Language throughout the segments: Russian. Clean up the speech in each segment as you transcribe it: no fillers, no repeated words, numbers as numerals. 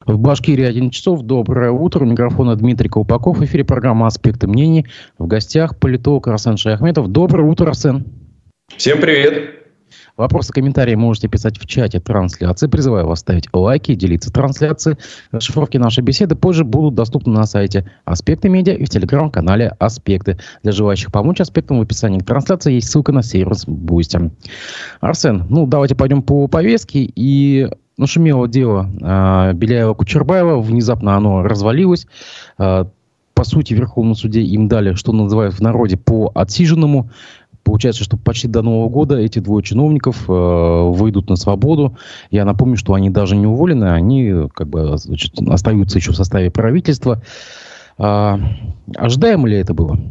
В Башкирии 11 часов. Доброе утро. У микрофона Дмитрий Колпаков. В эфире программа «Аспекты мнений». В гостях политолог Арсен Шаяхметов. Доброе утро, Арсен. Всем привет. Вопросы, комментарии можете писать в чате трансляции. Призываю вас ставить лайки, делиться трансляцией. Расшифровки нашей беседы позже будут доступны на сайте «Аспекты Медиа» и в телеграм-канале «Аспекты». Для желающих помочь «Аспектам» в описании к трансляции есть ссылка на сервис Boosty. Арсен, давайте пойдем по повестке. И нашумело дело Беляева-Кучербаева. Внезапно оно развалилось. По сути, в Верховном суде им дали, что называют в народе, по отсиженному. Получается, что почти до Нового года эти двое чиновников выйдут на свободу. Я напомню, что они даже не уволены, они остаются еще в составе правительства. Ожидаемо ли это было?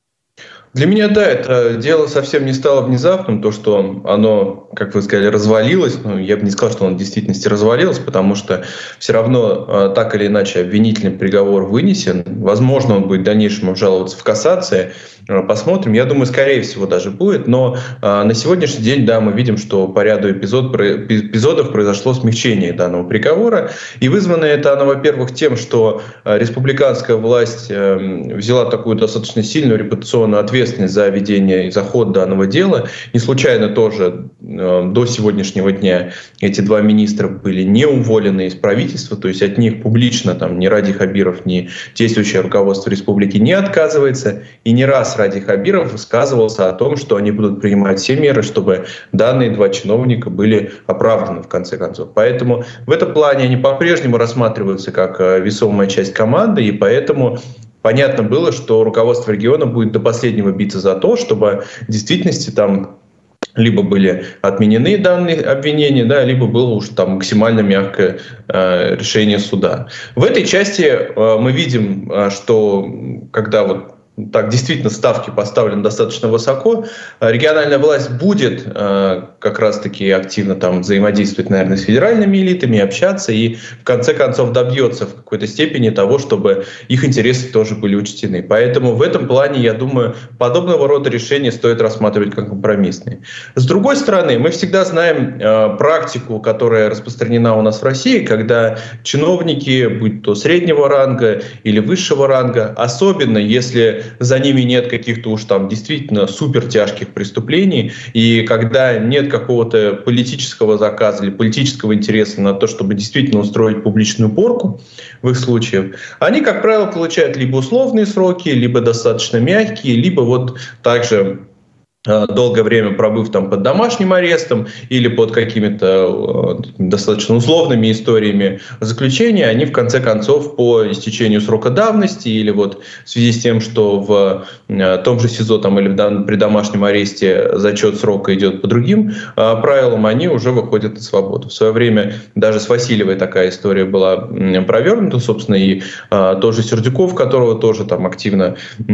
Для меня, да, это дело совсем не стало внезапным, то, что оно, как вы сказали, развалилось. Я бы не сказал, что оно в действительности развалилось, потому что все равно так или иначе обвинительный приговор вынесен. Возможно, он будет в дальнейшем обжаловаться в кассации. Посмотрим. Я думаю, скорее всего, даже будет. Но на сегодняшний день, да, мы видим, что по ряду эпизодов произошло смягчение данного приговора. И вызвано это оно, во-первых, тем, что республиканская власть взяла такую достаточно сильную репутационную ответственность за ведение и за ход данного дела. Не случайно тоже до сегодняшнего дня эти два министра были не уволены из правительства, то есть от них публично ни Ради Хабиров, ни действующее руководство республики не отказывается. И не раз Ради Хабиров высказывался о том, что они будут принимать все меры, чтобы данные два чиновника были оправданы в конце концов. Поэтому в этом плане они по-прежнему рассматриваются как весомая часть команды, и поэтому понятно было, что руководство региона будет до последнего биться за то, чтобы в действительности там либо были отменены данные обвинения, да, либо было уж там максимально мягкое решение суда. В этой части мы видим, что когда так действительно ставки поставлены достаточно высоко, региональная власть будет как раз-таки активно там взаимодействовать, наверное, с федеральными элитами, общаться и в конце концов добьется в какой-то степени того, чтобы их интересы тоже были учтены. Поэтому в этом плане, я думаю, подобного рода решения стоит рассматривать как компромиссные. С другой стороны, мы всегда знаем практику, которая распространена у нас в России, когда чиновники, будь то среднего ранга или высшего ранга, особенно если за ними нет каких-то уж там действительно супер тяжких преступлений, и когда нет какого-то политического заказа или политического интереса на то, чтобы действительно устроить публичную порку в их случае, они, как правило, получают либо условные сроки, либо достаточно мягкие, либо также долгое время пробыв там под домашним арестом или под какими-то достаточно условными историями заключения, они в конце концов по истечению срока давности или в связи с тем, что в том же СИЗО или при домашнем аресте зачет срока идет по другим правилам, они уже выходят на свободу. В свое время даже с Васильевой такая история была провернута, собственно, и тоже Сердюков, которого тоже там активно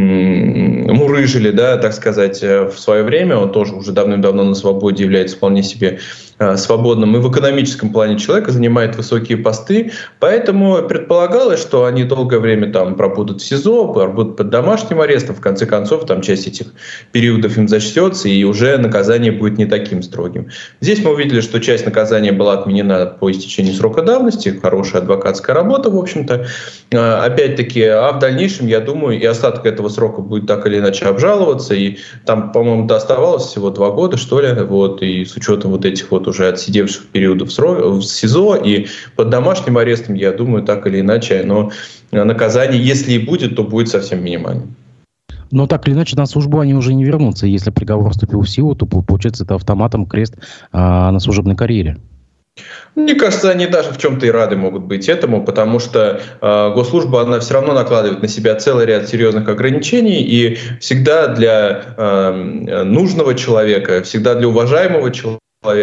мурыжили, да, так сказать, в свое время, он тоже уже давным-давно на свободе, является вполне себе свободным и в экономическом плане человека, занимает высокие посты, поэтому предполагалось, что они долгое время там пробудут в СИЗО, пробудут под домашним арестом, в конце концов там часть этих периодов им зачтется, и уже наказание будет не таким строгим. Здесь мы увидели, что часть наказания была отменена по истечении срока давности, хорошая адвокатская работа, в общем-то. Опять-таки, а в дальнейшем, я думаю, и остаток этого срока будет так или иначе обжаловаться, и там, по-моему, оставалось всего 2 года, что ли, и с учетом этих уже отсидевших периодов в СИЗО и под домашним арестом, я думаю, так или иначе, но наказание, если и будет, то будет совсем минимальным. Но так или иначе на службу они уже не вернутся. Если приговор вступил в силу, то получается это автоматом крест на служебной карьере. Мне кажется, они даже в чем-то и рады могут быть этому, потому что госслужба, она все равно накладывает на себя целый ряд серьезных ограничений, и всегда для нужного человека, всегда для уважаемого человека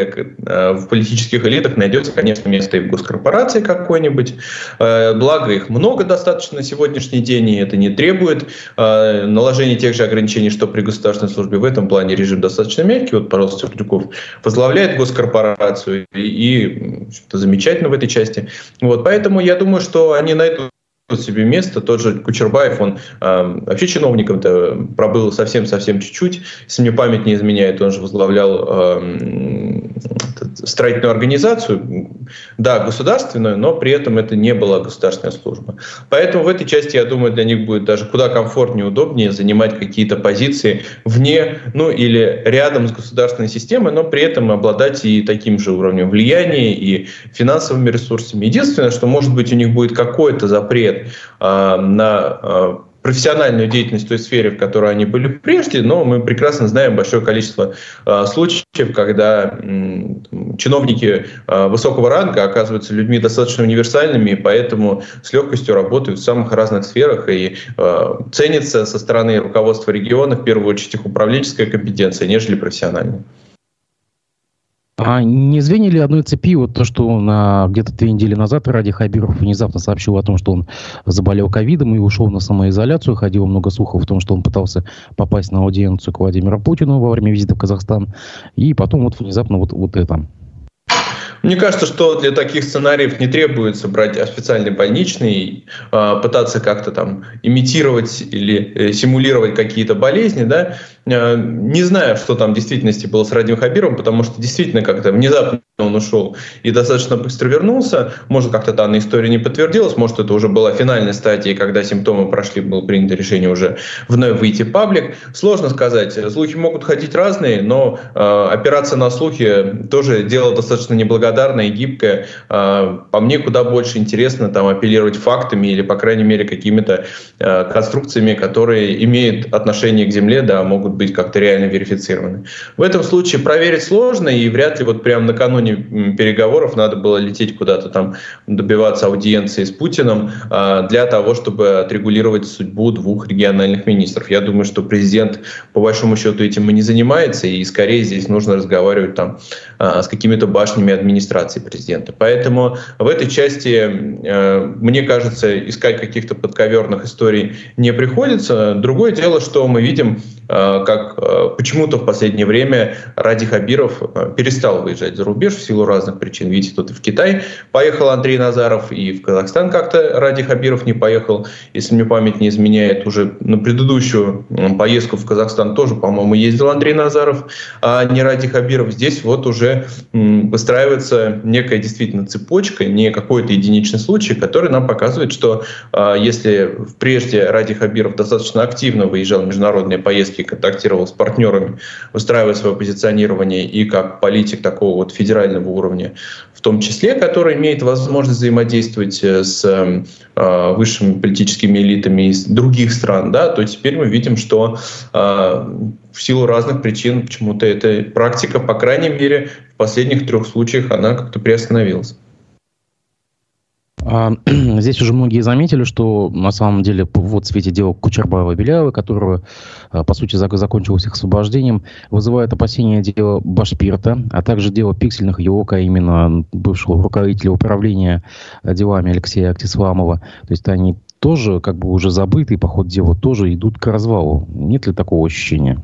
в политических элитах найдется, конечно, место и в госкорпорации какой-нибудь. Благо их много достаточно на сегодняшний день, и это не требует наложения тех же ограничений, что при государственной службе. В этом плане режим достаточно мягкий. Пожалуйста, Сердюков возглавляет госкорпорацию, и замечательно в этой части. Поэтому я думаю, что они найдут себе место. Тот же Кучербаев, он вообще чиновником-то пробыл совсем чуть-чуть. Если мне память не изменяет, он же возглавлял строительную организацию, да, государственную, но при этом это не была государственная служба. Поэтому в этой части, я думаю, для них будет даже куда комфортнее, удобнее занимать какие-то позиции вне, ну или рядом с государственной системой, но при этом обладать и таким же уровнем влияния, и финансовыми ресурсами. Единственное, что, может быть, у них будет какой-то запрет на профессиональную деятельность в той сфере, в которой они были прежде, но мы прекрасно знаем большое количество случаев, когда чиновники высокого ранга оказываются людьми достаточно универсальными, и поэтому с легкостью работают в самых разных сферах, и ценится со стороны руководства региона в первую очередь их управленческая компетенция, нежели профессиональная. А не звенья ли одной цепи вот то, что где-то 2 недели назад Ради Хабиров внезапно сообщил о том, что он заболел ковидом и ушел на самоизоляцию. Ходило много слухов о том, что он пытался попасть на аудиенцию к Владимиру Путину во время визита в Казахстан. И потом вот внезапно вот это. Мне кажется, что для таких сценариев не требуется брать специальный больничный, пытаться как-то там имитировать или симулировать какие-то болезни, да. Не знаю, что там в действительности было с Радием Хабировым, потому что действительно как-то внезапно он ушел и достаточно быстро вернулся. Может, как-то данная история не подтвердилась, может, это уже была финальная стадия, когда симптомы прошли, было принято решение уже вновь выйти в паблик. Сложно сказать. Слухи могут ходить разные, но опираться на слухи тоже дело достаточно неблагодарное и гибкое. По мне, куда больше интересно там апеллировать фактами или, по крайней мере, какими-то конструкциями, которые имеют отношение к Земле, да, могут быть как-то реально верифицированы. В этом случае проверить сложно, и вряд ли вот прямо накануне переговоров надо было лететь куда-то там, добиваться аудиенции с Путиным для того, чтобы отрегулировать судьбу 2 региональных министров. Я думаю, что президент по большому счету этим и не занимается, и скорее здесь нужно разговаривать там с какими-то башнями администрации президента. Поэтому в этой части, мне кажется, искать каких-то подковерных историй не приходится. Другое дело, что мы видим, как почему-то в последнее время Ради Хабиров перестал выезжать за рубеж в силу разных причин. Видите, тут и в Китай поехал Андрей Назаров, и в Казахстан как-то Ради Хабиров не поехал. Если мне память не изменяет, уже на предыдущую поездку в Казахстан тоже, по-моему, ездил Андрей Назаров, а не Ради Хабиров. Здесь вот уже выстраивается некая действительно цепочка, не какой-то единичный случай, который нам показывает, что если прежде Ради Хабиров достаточно активно выезжал в международные поездки, контактировал с партнерами, выстраивая свое позиционирование и как политик такого вот федерального уровня, в том числе, который имеет возможность взаимодействовать с высшими политическими элитами из других стран, да, то теперь мы видим, что в силу разных причин почему-то эта практика, по крайней мере, в последних 3 случаях, она как-то приостановилась. Здесь уже многие заметили, что на самом деле вот в свете дела Кучербаева-Беляева, которое, по сути, закончилось их освобождением, вызывает опасения дело Башпирта, а также дело пиксельных елок, а именно бывшего руководителя управления делами Алексея Актисламова. То есть они тоже как бы уже забыты, и по ходу дела тоже идут к развалу. Нет ли такого ощущения?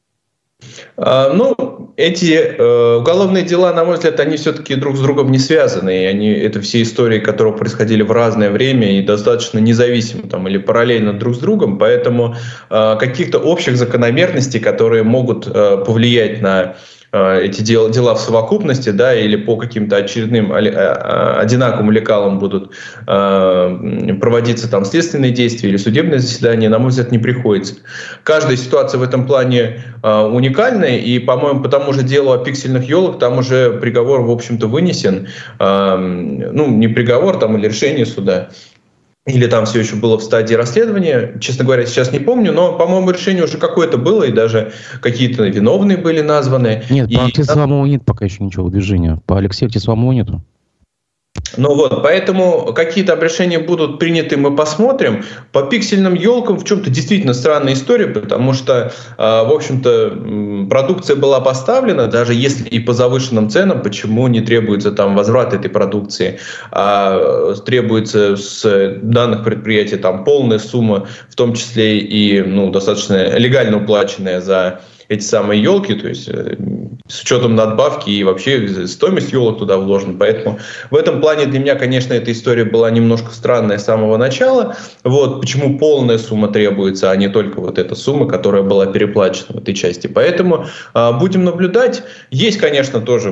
Эти уголовные дела, на мой взгляд, они все-таки друг с другом не связаны. И это все истории, которые происходили в разное время и достаточно независимо там, или параллельно друг с другом. Поэтому каких-то общих закономерностей, которые могут повлиять на эти дела в совокупности, да, или по каким-то очередным одинаковым лекалам будут проводиться там следственные действия или судебные заседания, на мой взгляд, не приходится. Каждая ситуация в этом плане уникальная, и, по-моему, по тому же делу о пиксельных елок там уже приговор, в общем-то, вынесен. Не приговор там или решение суда. Или там все еще было в стадии расследования, честно говоря, сейчас не помню, но, по-моему, решение уже какое-то было, и даже какие-то виновные были названы. Нет, по Актисламову нет пока еще ничего движения. По Алексею Актисламову нету. Поэтому какие-то решения будут приняты, мы посмотрим. По пиксельным елкам в чем-то действительно странная история, потому что, в общем-то, продукция была поставлена, даже если и по завышенным ценам, почему не требуется там возврат этой продукции, а требуется с данных предприятий там полная сумма, в том числе и достаточно легально уплаченная за эти самые елки, то есть с учетом надбавки и вообще стоимость елок туда вложена. Поэтому в этом плане для меня, конечно, эта история была немножко странная с самого начала. Почему полная сумма требуется, а не только вот эта сумма, которая была переплачена в этой части. Поэтому будем наблюдать. Есть, конечно, тоже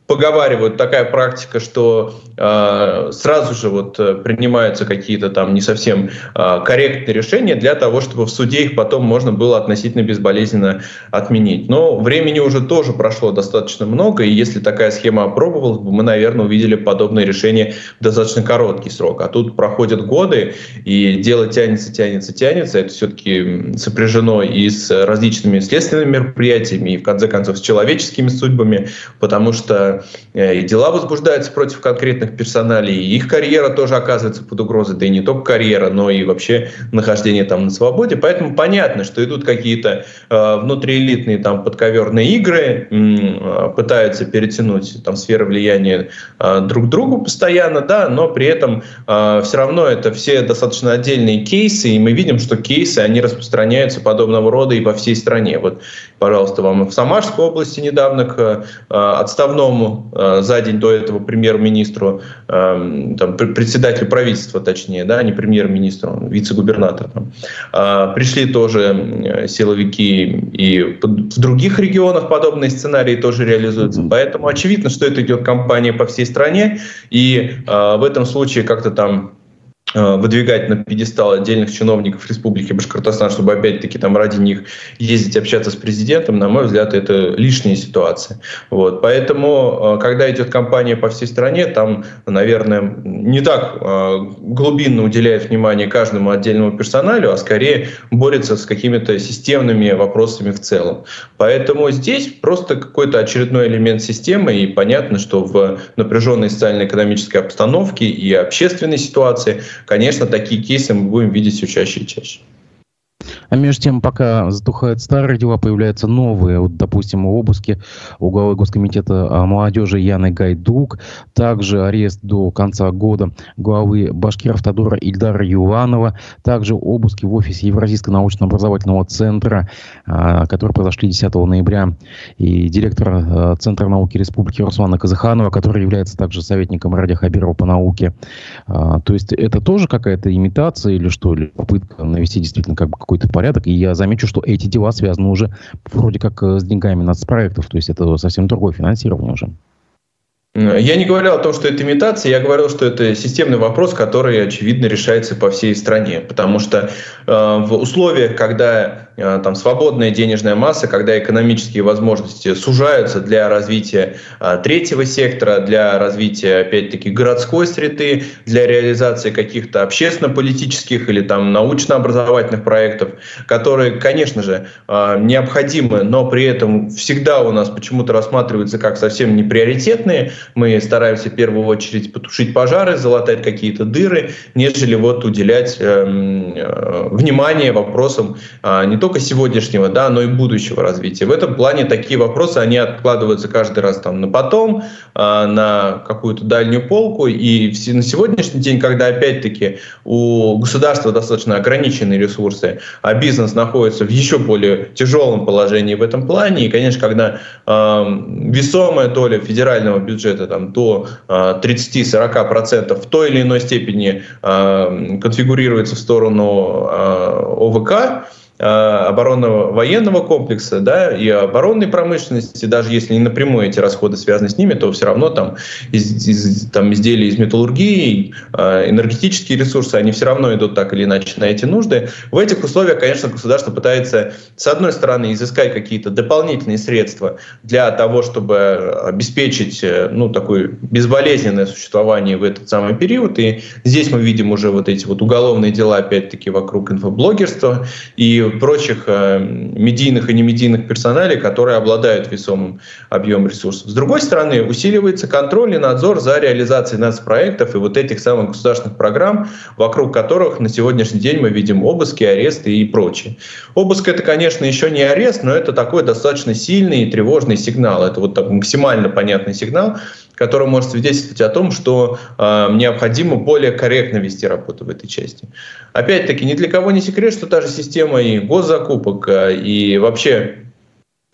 поговаривают, такая практика, что сразу же принимаются какие-то там не совсем корректные решения для того, чтобы в суде их потом можно было относительно безболезненно отменить. Но времени уже тоже прошло достаточно много, и если такая схема опробовалась бы, мы, наверное, увидели подобное решение в достаточно короткий срок. А тут проходят годы, и дело тянется. Это все-таки сопряжено и с различными следственными мероприятиями, и в конце концов с человеческими судьбами, потому что и дела возбуждаются против конкретных персоналей, и их карьера тоже оказывается под угрозой, да и не только карьера, но и вообще нахождение там на свободе. Поэтому понятно, что идут какие-то внутриэлитные там подковерные игры, пытаются перетянуть там сферы влияния друг к другу постоянно, да, но при этом все равно это все достаточно отдельные кейсы, и мы видим, что кейсы, они распространяются подобного рода и по всей стране. Вот, пожалуйста, вам в Самарской области недавно к отставному за день до этого премьер-министру, председателю правительства, точнее, да, не премьер-министру, вице-губернатору, пришли тоже силовики, и в других регионах подобные сценарии тоже реализуются. Поэтому очевидно, что это идет кампания по всей стране, и в этом случае как-то там выдвигать на пьедестал отдельных чиновников Республики Башкортостан, чтобы опять-таки там ради них ездить общаться с президентом, на мой взгляд, это лишняя ситуация. Вот. Поэтому, когда идет кампания по всей стране, там, наверное, не так глубинно уделяет внимание каждому отдельному персоналю, а скорее борется с какими-то системными вопросами в целом. Поэтому здесь просто какой-то очередной элемент системы, и понятно, что в напряженной социально-экономической обстановке и общественной ситуации, конечно, такие кейсы мы будем видеть все чаще и чаще. А между тем, пока затухают старые дела, появляются новые. Вот, допустим, обыски у главы Госкомитета молодежи Яны Гайдук. Также арест до конца года главы Башкиравтодора Ильдара Юланова. Также обыски в офисе Евразийского научно-образовательного центра, которые произошли 10 ноября. И директора Центра науки Республики Руслана Казаханова, который является также советником Радия Хабирова по науке. То есть это тоже какая-то имитация или что? Или попытка навести действительно какой-то порядок. И я замечу, что эти дела связаны уже вроде как с деньгами нацпроектов. То есть это совсем другое финансирование уже. Я не говорил о том, что это имитация, я говорил, что это системный вопрос, который, очевидно, решается по всей стране. Потому что в условиях, когда там свободная денежная масса, когда экономические возможности сужаются для развития третьего сектора, для развития, опять-таки, городской среды, для реализации каких-то общественно-политических или там научно-образовательных проектов, которые, конечно же, необходимы, но при этом всегда у нас почему-то рассматриваются как совсем неприоритетные. Мы стараемся в первую очередь потушить пожары, залатать какие-то дыры, нежели уделять внимание вопросам не только сегодняшнего, да, но и будущего развития. В этом плане такие вопросы, они откладываются каждый раз там на потом, на какую-то дальнюю полку. И на сегодняшний день, когда опять-таки у государства достаточно ограниченные ресурсы, а бизнес находится в еще более тяжелом положении в этом плане, и, конечно, когда весомая доля федерального бюджета там, до 30-40% в той или иной степени конфигурируется в сторону ОВК, оборонного военного комплекса, да, и оборонной промышленности, даже если не напрямую эти расходы связаны с ними, то все равно там изделия из металлургии, энергетические ресурсы, они все равно идут так или иначе на эти нужды. В этих условиях, конечно, государство пытается, с одной стороны, изыскать какие-то дополнительные средства для того, чтобы обеспечить, такое безболезненное существование в этот самый период. И здесь мы видим уже эти уголовные дела, опять-таки, вокруг инфоблогерства и прочих медийных и немедийных персоналей, которые обладают весомым объемом ресурсов. С другой стороны, усиливается контроль и надзор за реализацией нацпроектов и этих самых государственных программ, вокруг которых на сегодняшний день мы видим обыски, аресты и прочее. Обыск — это, конечно, еще не арест, но это такой достаточно сильный и тревожный сигнал. Это максимально понятный сигнал, который может свидетельствовать о том, что необходимо более корректно вести работу в этой части. Опять-таки, ни для кого не секрет, что та же система и госзакупок, и вообще, в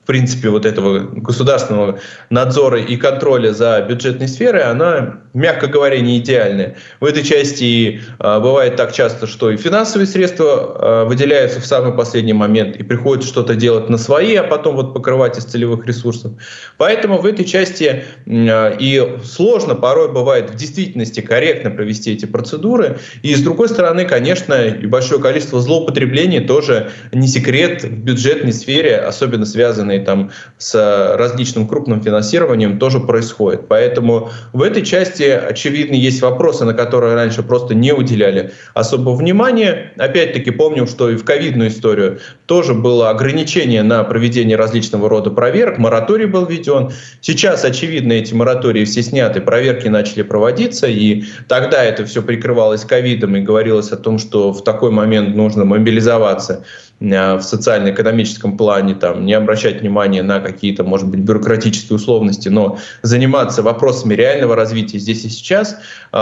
принципе, вот этого государственного надзора и контроля за бюджетной сферой, она, мягко говоря, не идеальная. В этой части бывает так часто, что и финансовые средства выделяются в самый последний момент, и приходится что-то делать на свои, а потом вот покрывать из целевых ресурсов. Поэтому в этой части и сложно порой бывает в действительности корректно провести эти процедуры. И с другой стороны, конечно, и большое количество злоупотреблений тоже не секрет в бюджетной сфере, особенно связанные там с различным крупным финансированием, тоже происходит. Поэтому в этой части, очевидно, есть вопросы, на которые раньше просто не уделяли особого внимания. Опять-таки помним, что и в ковидную историю тоже было ограничение на проведение различного рода проверок, мораторий был введен. Сейчас, очевидно, эти моратории все сняты, проверки начали проводиться, и тогда это все прикрывалось ковидом и говорилось о том, что в такой момент нужно мобилизоваться в социально-экономическом плане, там, не обращать внимания на какие-то, может быть, бюрократические условности, но заниматься вопросами реального развития здесь и сейчас.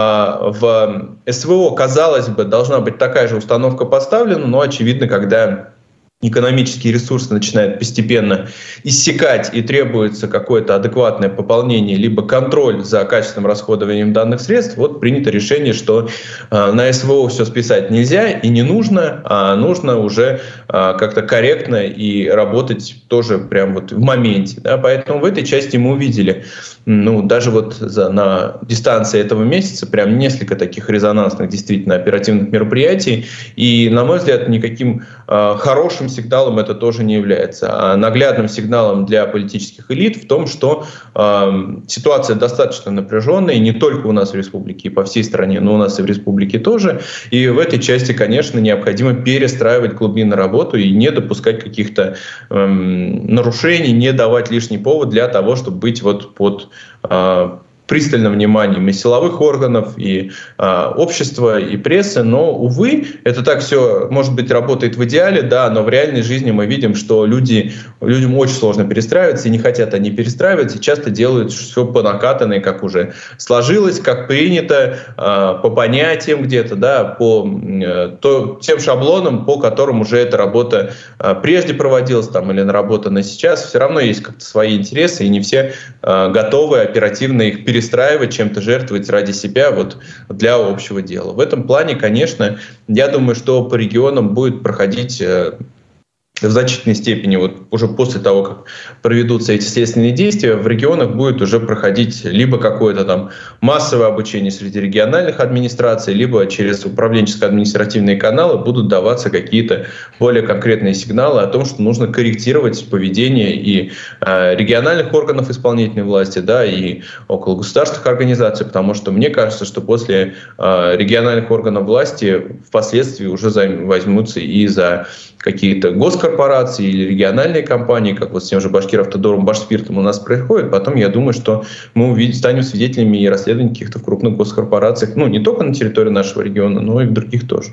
В СВО, казалось бы, должна быть такая же установка поставлена, но, очевидно, когда экономические ресурсы начинают постепенно иссякать и требуется какое-то адекватное пополнение, либо контроль за качественным расходованием данных средств, вот принято решение, что на СВО все списать нельзя и не нужно, а нужно уже как-то корректно и работать тоже прям вот в моменте. Да? Поэтому в этой части мы увидели, даже вот на дистанции этого месяца прям несколько таких резонансных, действительно оперативных мероприятий, и, на мой взгляд, никаким хорошим сигналом это тоже не является. А наглядным сигналом для политических элит в том, что ситуация достаточно напряженная, и не только у нас в республике, и по всей стране, но у нас и в республике тоже. И в этой части, конечно, необходимо перестраивать глубинную работу и не допускать каких-то нарушений, не давать лишний повод для того, чтобы быть вот под пристальным вниманием и силовых органов, и общества, и прессы. Но, увы, это так все, может быть, работает в идеале, да, но в реальной жизни мы видим, что людям очень сложно перестраиваться, и не хотят они перестраиваться, и часто делают все по накатанной, как уже сложилось, как принято, по понятиям где-то, да, по тем шаблонам, по которым уже эта работа прежде проводилась там, или наработана сейчас. Все равно есть как-то свои интересы, и не все готовы оперативно их перестраивать, чем-то жертвовать ради себя вот для общего дела. В этом плане, конечно, я думаю, что по регионам будет проходить в значительной степени, вот уже после того, как проведутся эти следственные действия, в регионах будет уже проходить либо какое-то там массовое обучение среди региональных администраций, либо через управленческо-административные каналы будут даваться какие-то более конкретные сигналы о том, что нужно корректировать поведение и региональных органов исполнительной власти, да, и около государственных организаций, потому что мне кажется, что после региональных органов власти впоследствии уже возьмутся и за какие-то госкорпорации или региональные компании, как вот с тем же Башкиравтодором, Башспиртом у нас происходит. Потом, я думаю, что мы станем свидетелями и расследований каких-то в крупных госкорпорациях, не только на территории нашего региона, но и в других тоже.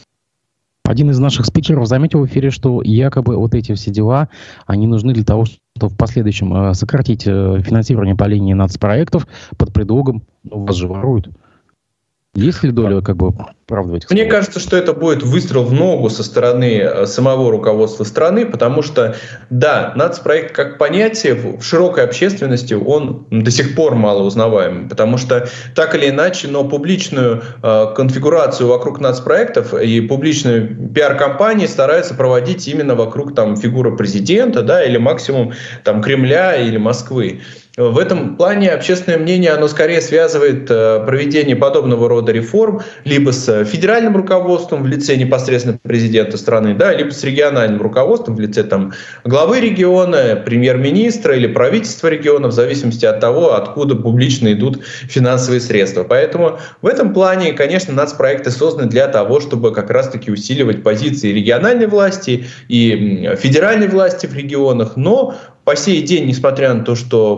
Один из наших спикеров заметил в эфире, что якобы вот эти все дела, они нужны для того, чтобы в последующем сократить финансирование по линии нацпроектов под предлогом «вас же воруют». Есть ли доля правды в этих словах? Мне кажется, что это будет выстрел в ногу со стороны самого руководства страны, потому что, да, нацпроект как понятие в широкой общественности, он до сих пор мало узнаваем, потому что так или иначе, но публичную конфигурацию вокруг нацпроектов и публичную пиар-компании стараются проводить именно вокруг фигуры президента, да, или максимум Кремля или Москвы. В этом плане общественное мнение, оно скорее связывает проведение подобного рода реформ либо с федеральным руководством в лице непосредственно президента страны, да, либо с региональным руководством в лице главы региона, премьер-министра или правительства региона, в зависимости от того, откуда публично идут финансовые средства. Поэтому в этом плане, конечно, нацпроекты созданы для того, чтобы как раз-таки усиливать позиции региональной власти и федеральной власти в регионах, но по сей день, несмотря на то, что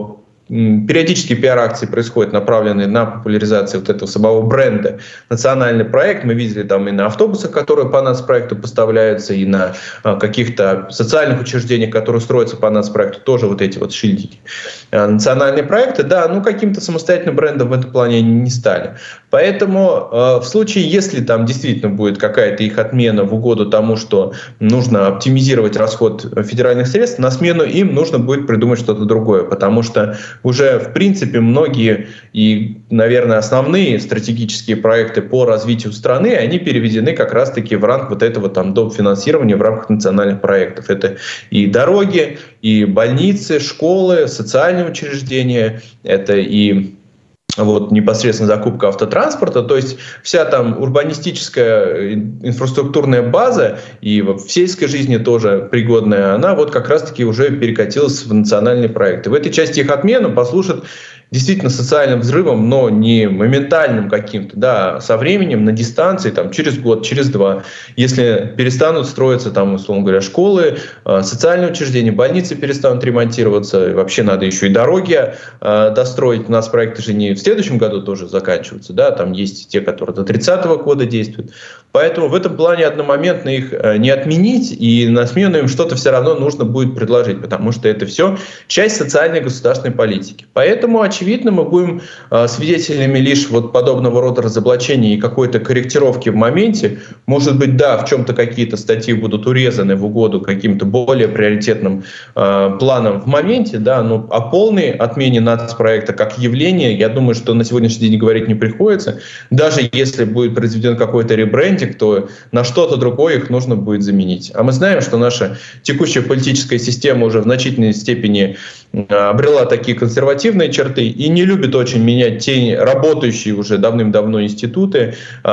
периодически пиар-акции происходят, направленные на популяризацию вот этого самого бренда «Национальный проект». Мы видели там и на автобусах, которые по нацпроекту поставляются, и на каких-то социальных учреждениях, которые строятся по нацпроекту, тоже вот эти вот шильдики. Национальные проекты, да, каким-то самостоятельным брендом в этом плане они не стали. Поэтому в случае, если там действительно будет какая-то их отмена в угоду тому, что нужно оптимизировать расход федеральных средств, на смену им нужно будет придумать что-то другое, потому что уже, в принципе, многие и, наверное, основные стратегические проекты по развитию страны, они переведены как раз-таки в ранг вот этого там доп. Финансирования в рамках национальных проектов. Это и дороги, и больницы, школы, социальные учреждения, это и вот непосредственно закупка автотранспорта, то есть вся там урбанистическая инфраструктурная база и в сельской жизни тоже пригодная, она вот как раз-таки уже перекатилась в национальные проекты. В этой части их отмену послужит действительно социальным взрывом, но не моментальным каким-то, да, со временем, на дистанции, там, через год, через два. Если перестанут строиться, там, условно говоря, школы, социальные учреждения, больницы перестанут ремонтироваться, вообще надо еще и дороги достроить. У нас проекты же не в следующем году тоже заканчиваются, да, там есть те, которые до 30-го года действуют. Поэтому в этом плане одномоментно их не отменить, и на смену им что-то все равно нужно будет предложить, потому что это все часть социальной государственной политики. Поэтому, очевидно, мы будем свидетелями лишь вот подобного рода разоблачений и какой-то корректировки в моменте. Может быть, да, в чем-то какие-то статьи будут урезаны в угоду каким-то более приоритетным планам в моменте, да, но о полной отмене нацпроекта как явления, я думаю, что на сегодняшний день говорить не приходится. Даже если будет произведен какой-то ребрендинг, то на что-то другое их нужно будет заменить. А мы знаем, что наша текущая политическая система уже в значительной степени обрела такие консервативные черты и не любит очень менять те работающие уже давным-давно институты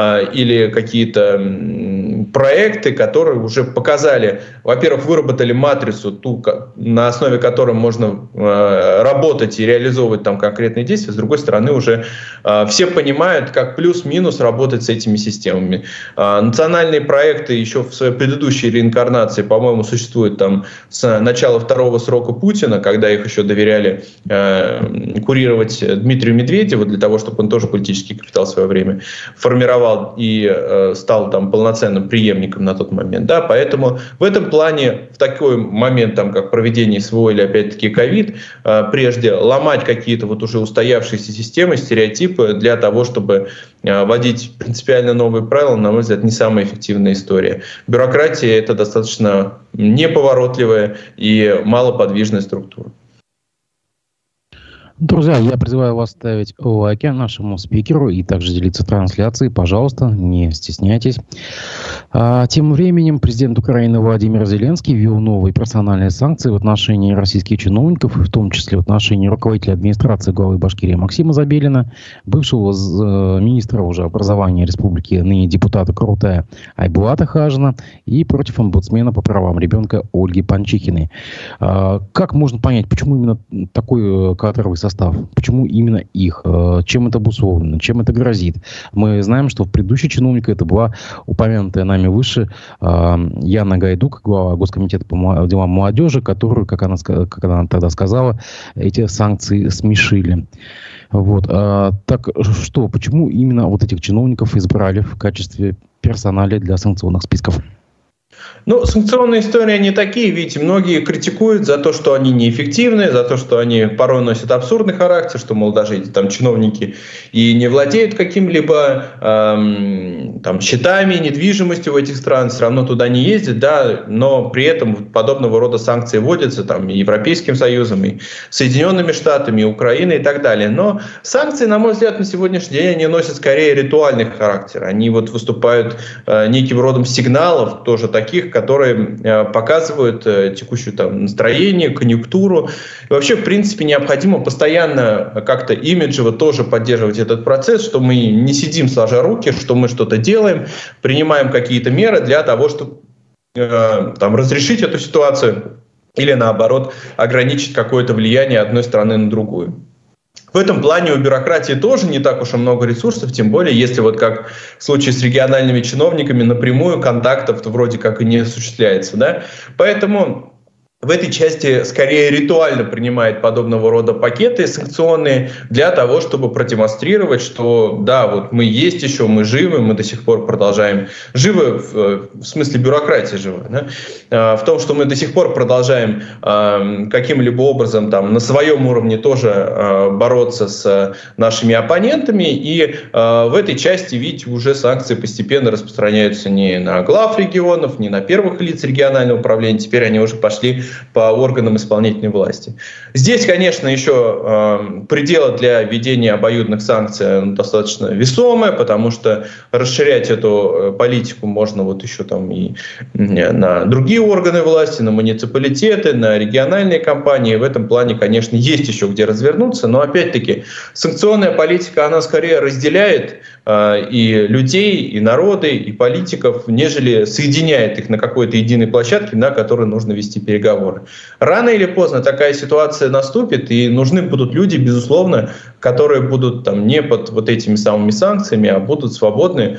или какие-то проекты, которые уже показали, во-первых, выработали матрицу, ту, на основе которой можно работать и реализовывать там конкретные действия. С другой стороны, уже все понимают, как плюс-минус работать с этими системами. Национальные проекты еще в своей предыдущей реинкарнации, по-моему, существуют там с начала второго срока Путина, когда их еще доверяли курировать Дмитрию Медведеву для того, чтобы он тоже политический капитал в свое время формировал и стал там полноценным преемником на тот момент. Да, поэтому в этом плане, в такой момент, там, как проведение СВО или опять-таки ковид, прежде ломать какие-то вот уже устоявшиеся системы, стереотипы для того, чтобы вводить принципиально новые правила, на мой взгляд, не самая эффективная история. Бюрократия — это достаточно неповоротливая и малоподвижная структура. Друзья, я призываю вас ставить лайки нашему спикеру и также делиться трансляцией. Пожалуйста, не стесняйтесь. Тем временем президент Украины Владимир Зеленский ввел новые персональные санкции в отношении российских чиновников, в том числе в отношении руководителя администрации главы Башкирии Максима Забелина, бывшего министра уже образования республики, ныне депутата Крутая Айбулата Хажина, и против омбудсмена по правам ребенка Ольги Панчихиной. Как можно понять, почему именно такой кадровый состав? Почему именно их? Чем это обусловлено? Чем это грозит? Мы знаем, что предыдущий чиновник, это была упомянутая нами выше Яна Гайдук, глава Госкомитета по делам молодежи, которую, как она тогда сказала, эти санкции смешили. Вот. Так что, почему именно вот этих чиновников избрали в качестве персоналия для санкционных списков? Ну, санкционные истории, они такие, видите, многие критикуют за то, что они неэффективны, за то, что они порой носят абсурдный характер, что, мол, даже эти там чиновники и не владеют каким-либо там счетами, недвижимостью в этих странах, все равно туда не ездят, да, но при этом подобного рода санкции вводятся там и Европейским Союзом, и Соединенными Штатами, и Украиной и так далее. Но санкции, на мой взгляд, на сегодняшний день, они носят скорее ритуальный характер. Они вот выступают неким родом сигналов, тоже таких, которые показывают текущее там настроение, конъюнктуру. И вообще, в принципе, необходимо постоянно как-то имиджево тоже поддерживать этот процесс, что мы не сидим сложа руки, что мы что-то делаем, принимаем какие-то меры для того, чтобы там разрешить эту ситуацию или, наоборот, ограничить какое-то влияние одной страны на другую. В этом плане у бюрократии тоже не так уж и много ресурсов, тем более, если вот как в случае с региональными чиновниками напрямую контактов вроде как и не осуществляется. Да? Поэтому в этой части скорее ритуально принимает подобного рода пакеты санкционные для того, чтобы продемонстрировать, что да, вот мы есть еще, мы живы, мы до сих пор продолжаем живы, в смысле бюрократии живы, да? В том, что мы до сих пор продолжаем каким-либо образом там, на своем уровне тоже бороться с нашими оппонентами, и в этой части, видите, уже санкции постепенно распространяются не на глав регионов, не на первых лиц регионального управления, теперь они уже пошли по органам исполнительной власти. Здесь, конечно, еще пределы для введения обоюдных санкций достаточно весомые, потому что расширять эту политику можно вот еще там и на другие органы власти, на муниципалитеты, на региональные компании. В этом плане, конечно, есть еще где развернуться, но опять-таки санкционная политика, она скорее разделяет и людей, и народы, и политиков, нежели соединяет их на какой-то единой площадке, на которой нужно вести переговоры. Рано или поздно такая ситуация наступит, и нужны будут люди, безусловно, которые будут там не под вот этими самыми санкциями, а будут свободны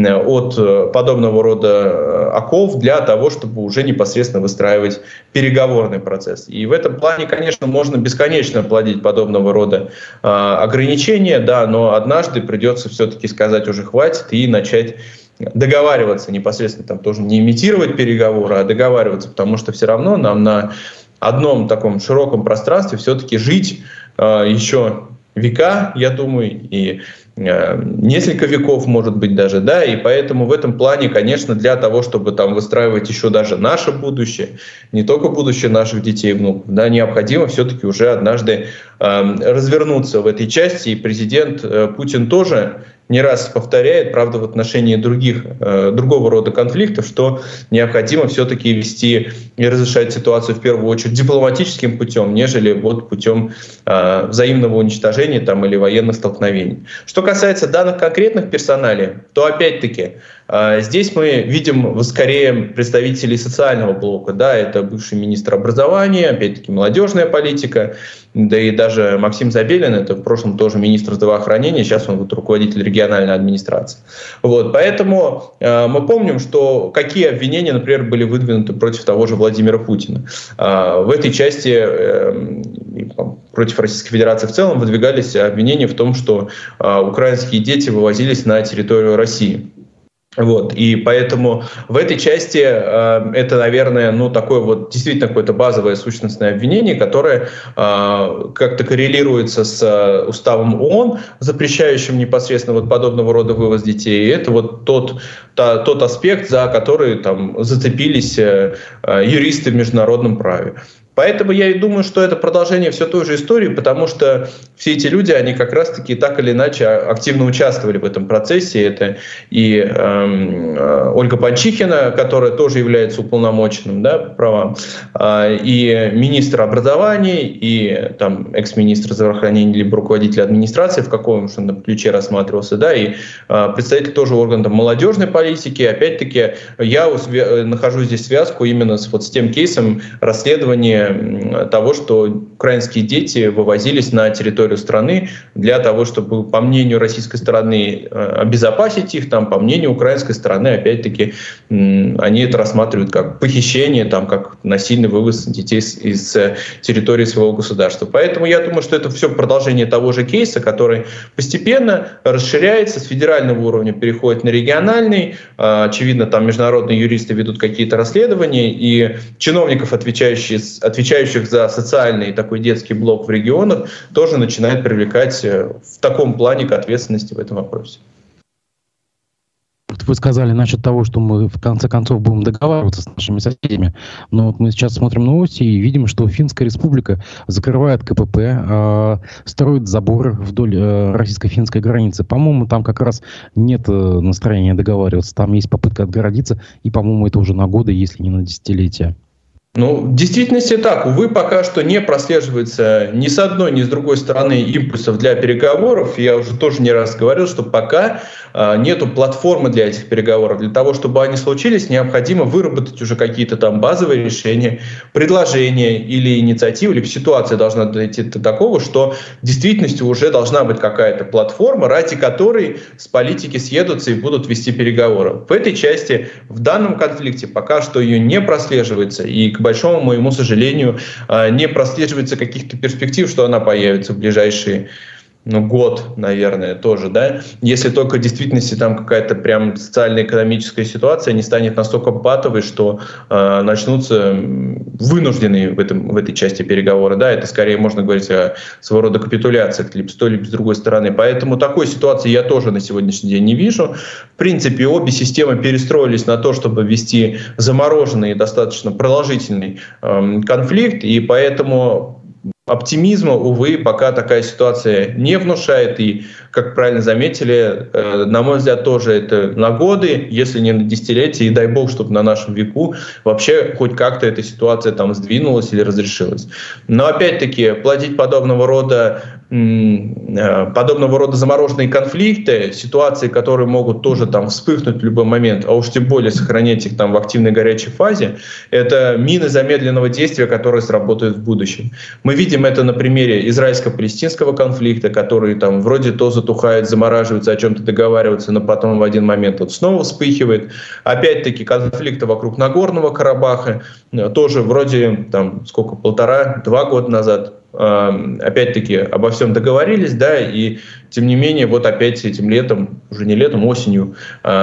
от подобного рода оков для того, чтобы уже непосредственно выстраивать переговорный процесс. И в этом плане, конечно, можно бесконечно плодить подобного рода ограничения, да, но однажды придется все-таки сказать уже хватит и начать договариваться непосредственно, там тоже не имитировать переговоры, а договариваться, потому что все равно нам на одном таком широком пространстве все-таки жить еще века, я думаю, и несколько веков, может быть, даже, да, и поэтому в этом плане, конечно, для того, чтобы там выстраивать еще даже наше будущее, не только будущее наших детей и внуков, да, необходимо все-таки уже однажды развернуться в этой части, и президент Путин тоже не раз повторяет, правда, в отношении другого рода конфликтов, что необходимо все-таки вести и разрешать ситуацию в первую очередь дипломатическим путем, нежели вот путем взаимного уничтожения там, или военных столкновений. Что касается данных конкретных персоналей, то опять-таки здесь мы видим скорее представителей социального блока. Да, это бывший министр образования, опять-таки молодежная политика, да и даже Максим Забелин, это в прошлом тоже министр здравоохранения, сейчас он вот руководитель региональной администрации. Вот, поэтому мы помним, что какие обвинения, например, были выдвинуты против того же Владимира Путина. В этой части против Российской Федерации в целом выдвигались обвинения в том, что украинские дети вывозились на территорию России. Вот, и поэтому в этой части это, наверное, такое вот действительно какое-то базовое сущностное обвинение, которое как-то коррелируется с уставом ООН, запрещающим непосредственно вот подобного рода вывоз детей. И это вот тот аспект, за который там зацепились юристы в международном праве. Поэтому я и думаю, что это продолжение все той же истории, потому что все эти люди, они как раз-таки так или иначе активно участвовали в этом процессе. Это и Ольга Панчихина, которая тоже является уполномоченным, да, по правам, и министр образования, и там экс-министр здравоохранения либо руководитель администрации, в каком же ключе рассматривался, да, и представитель тоже органа молодежной политики. Опять-таки я нахожу здесь связку именно с тем кейсом расследования того, что украинские дети вывозились на территорию страны для того, чтобы, по мнению российской стороны, обезопасить их, там, по мнению украинской стороны, опять-таки, они это рассматривают как похищение, там, как насильный вывоз детей из территории своего государства. Поэтому я думаю, что это все продолжение того же кейса, который постепенно расширяется, с федерального уровня переходит на региональный. Очевидно, там международные юристы ведут какие-то расследования, и чиновников, отвечающих за социальный такой детский блок в регионах, тоже начинает привлекать в таком плане к ответственности в этом вопросе. Вы сказали насчет того, что мы в конце концов будем договариваться с нашими соседями. Но вот мы сейчас смотрим новости и видим, что Финская республика закрывает КПП, строит заборы вдоль российско-финской границы. По-моему, там как раз нет настроения договариваться. Там есть попытка отгородиться, и, по-моему, это уже на годы, если не на десятилетия. В действительности так. Увы, пока что не прослеживается ни с одной, ни с другой стороны импульсов для переговоров. Я уже тоже не раз говорил, что пока нету платформы для этих переговоров. Для того, чтобы они случились, необходимо выработать уже какие-то там базовые решения, предложения или инициативы, или ситуация должна дойти до такого, что в действительности уже должна быть какая-то платформа, ради которой с политики съедутся и будут вести переговоры. В этой части, в данном конфликте, пока что ее не прослеживается. И к большому моему сожалению, не прослеживается каких-то перспектив, что она появится в ближайшие год, наверное, тоже, да, если только в действительности там какая-то прям социально-экономическая ситуация не станет настолько патовой, что начнутся вынужденные в этой части переговоры, да, это скорее можно говорить о своего рода капитуляциях либо с той, либо с другой стороны, поэтому такой ситуации я тоже на сегодняшний день не вижу. В принципе, обе системы перестроились на то, чтобы вести замороженный и достаточно продолжительный конфликт, и поэтому оптимизма, увы, пока такая ситуация не внушает. И, как правильно заметили, на мой взгляд, тоже это на годы, если не на десятилетия. И дай бог, чтобы на нашем веку вообще хоть как-то эта ситуация там сдвинулась или разрешилась. Но опять-таки плодить подобного рода замороженные конфликты, ситуации, которые могут тоже там вспыхнуть в любой момент, а уж тем более сохранять их там в активной горячей фазе, это мины замедленного действия, которые сработают в будущем. Мы видим это на примере израильско-палестинского конфликта, который там вроде то затухает, замораживается, о чем-то договаривается, но потом в один момент вот снова вспыхивает. Опять-таки конфликты вокруг Нагорного Карабаха, тоже вроде там сколько, 1,5-2 года назад, опять-таки обо всем договорились, да, и тем не менее вот опять этим летом, уже не летом, осенью,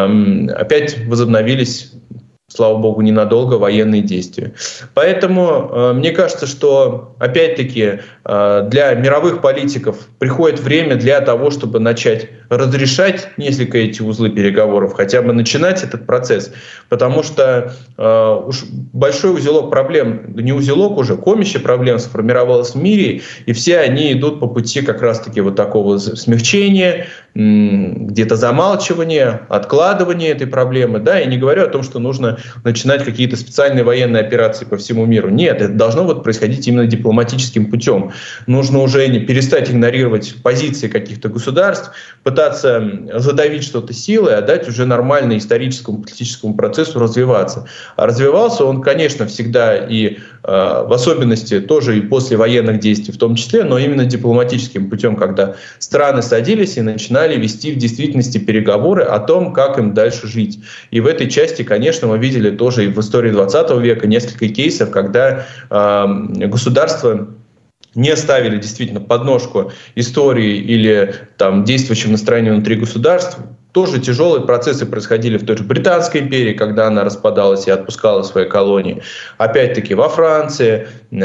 опять возобновились, слава богу, ненадолго военные действия. Поэтому мне кажется, что опять-таки для мировых политиков приходит время для того, чтобы начать разрешать несколько эти узлы переговоров, хотя бы начинать этот процесс, потому что уж большой узелок проблем, не узелок уже, комище проблем сформировалось в мире, и все они идут по пути как раз-таки вот такого смягчения, где-то замалчивания, откладывания этой проблемы, да, и не говорю о том, что нужно начинать какие-то специальные военные операции по всему миру. Нет, это должно вот происходить именно дипломатическим путем. Нужно уже перестать игнорировать позиции каких-то государств, пытаться задавить что-то силой, а дать уже нормально историческому политическому процессу развиваться. А развивался он, конечно, всегда и в особенности тоже и после военных действий в том числе, но именно дипломатическим путем, когда страны садились и начинали вести в действительности переговоры о том, как им дальше жить. И в этой части, конечно, мы видели тоже и в истории 20 века несколько кейсов, когда государства не ставили действительно подножку истории или там, действующим настроением внутри государств. Тоже тяжелые процессы происходили в той же Британской империи, когда она распадалась и отпускала свои колонии. Опять-таки во Франции,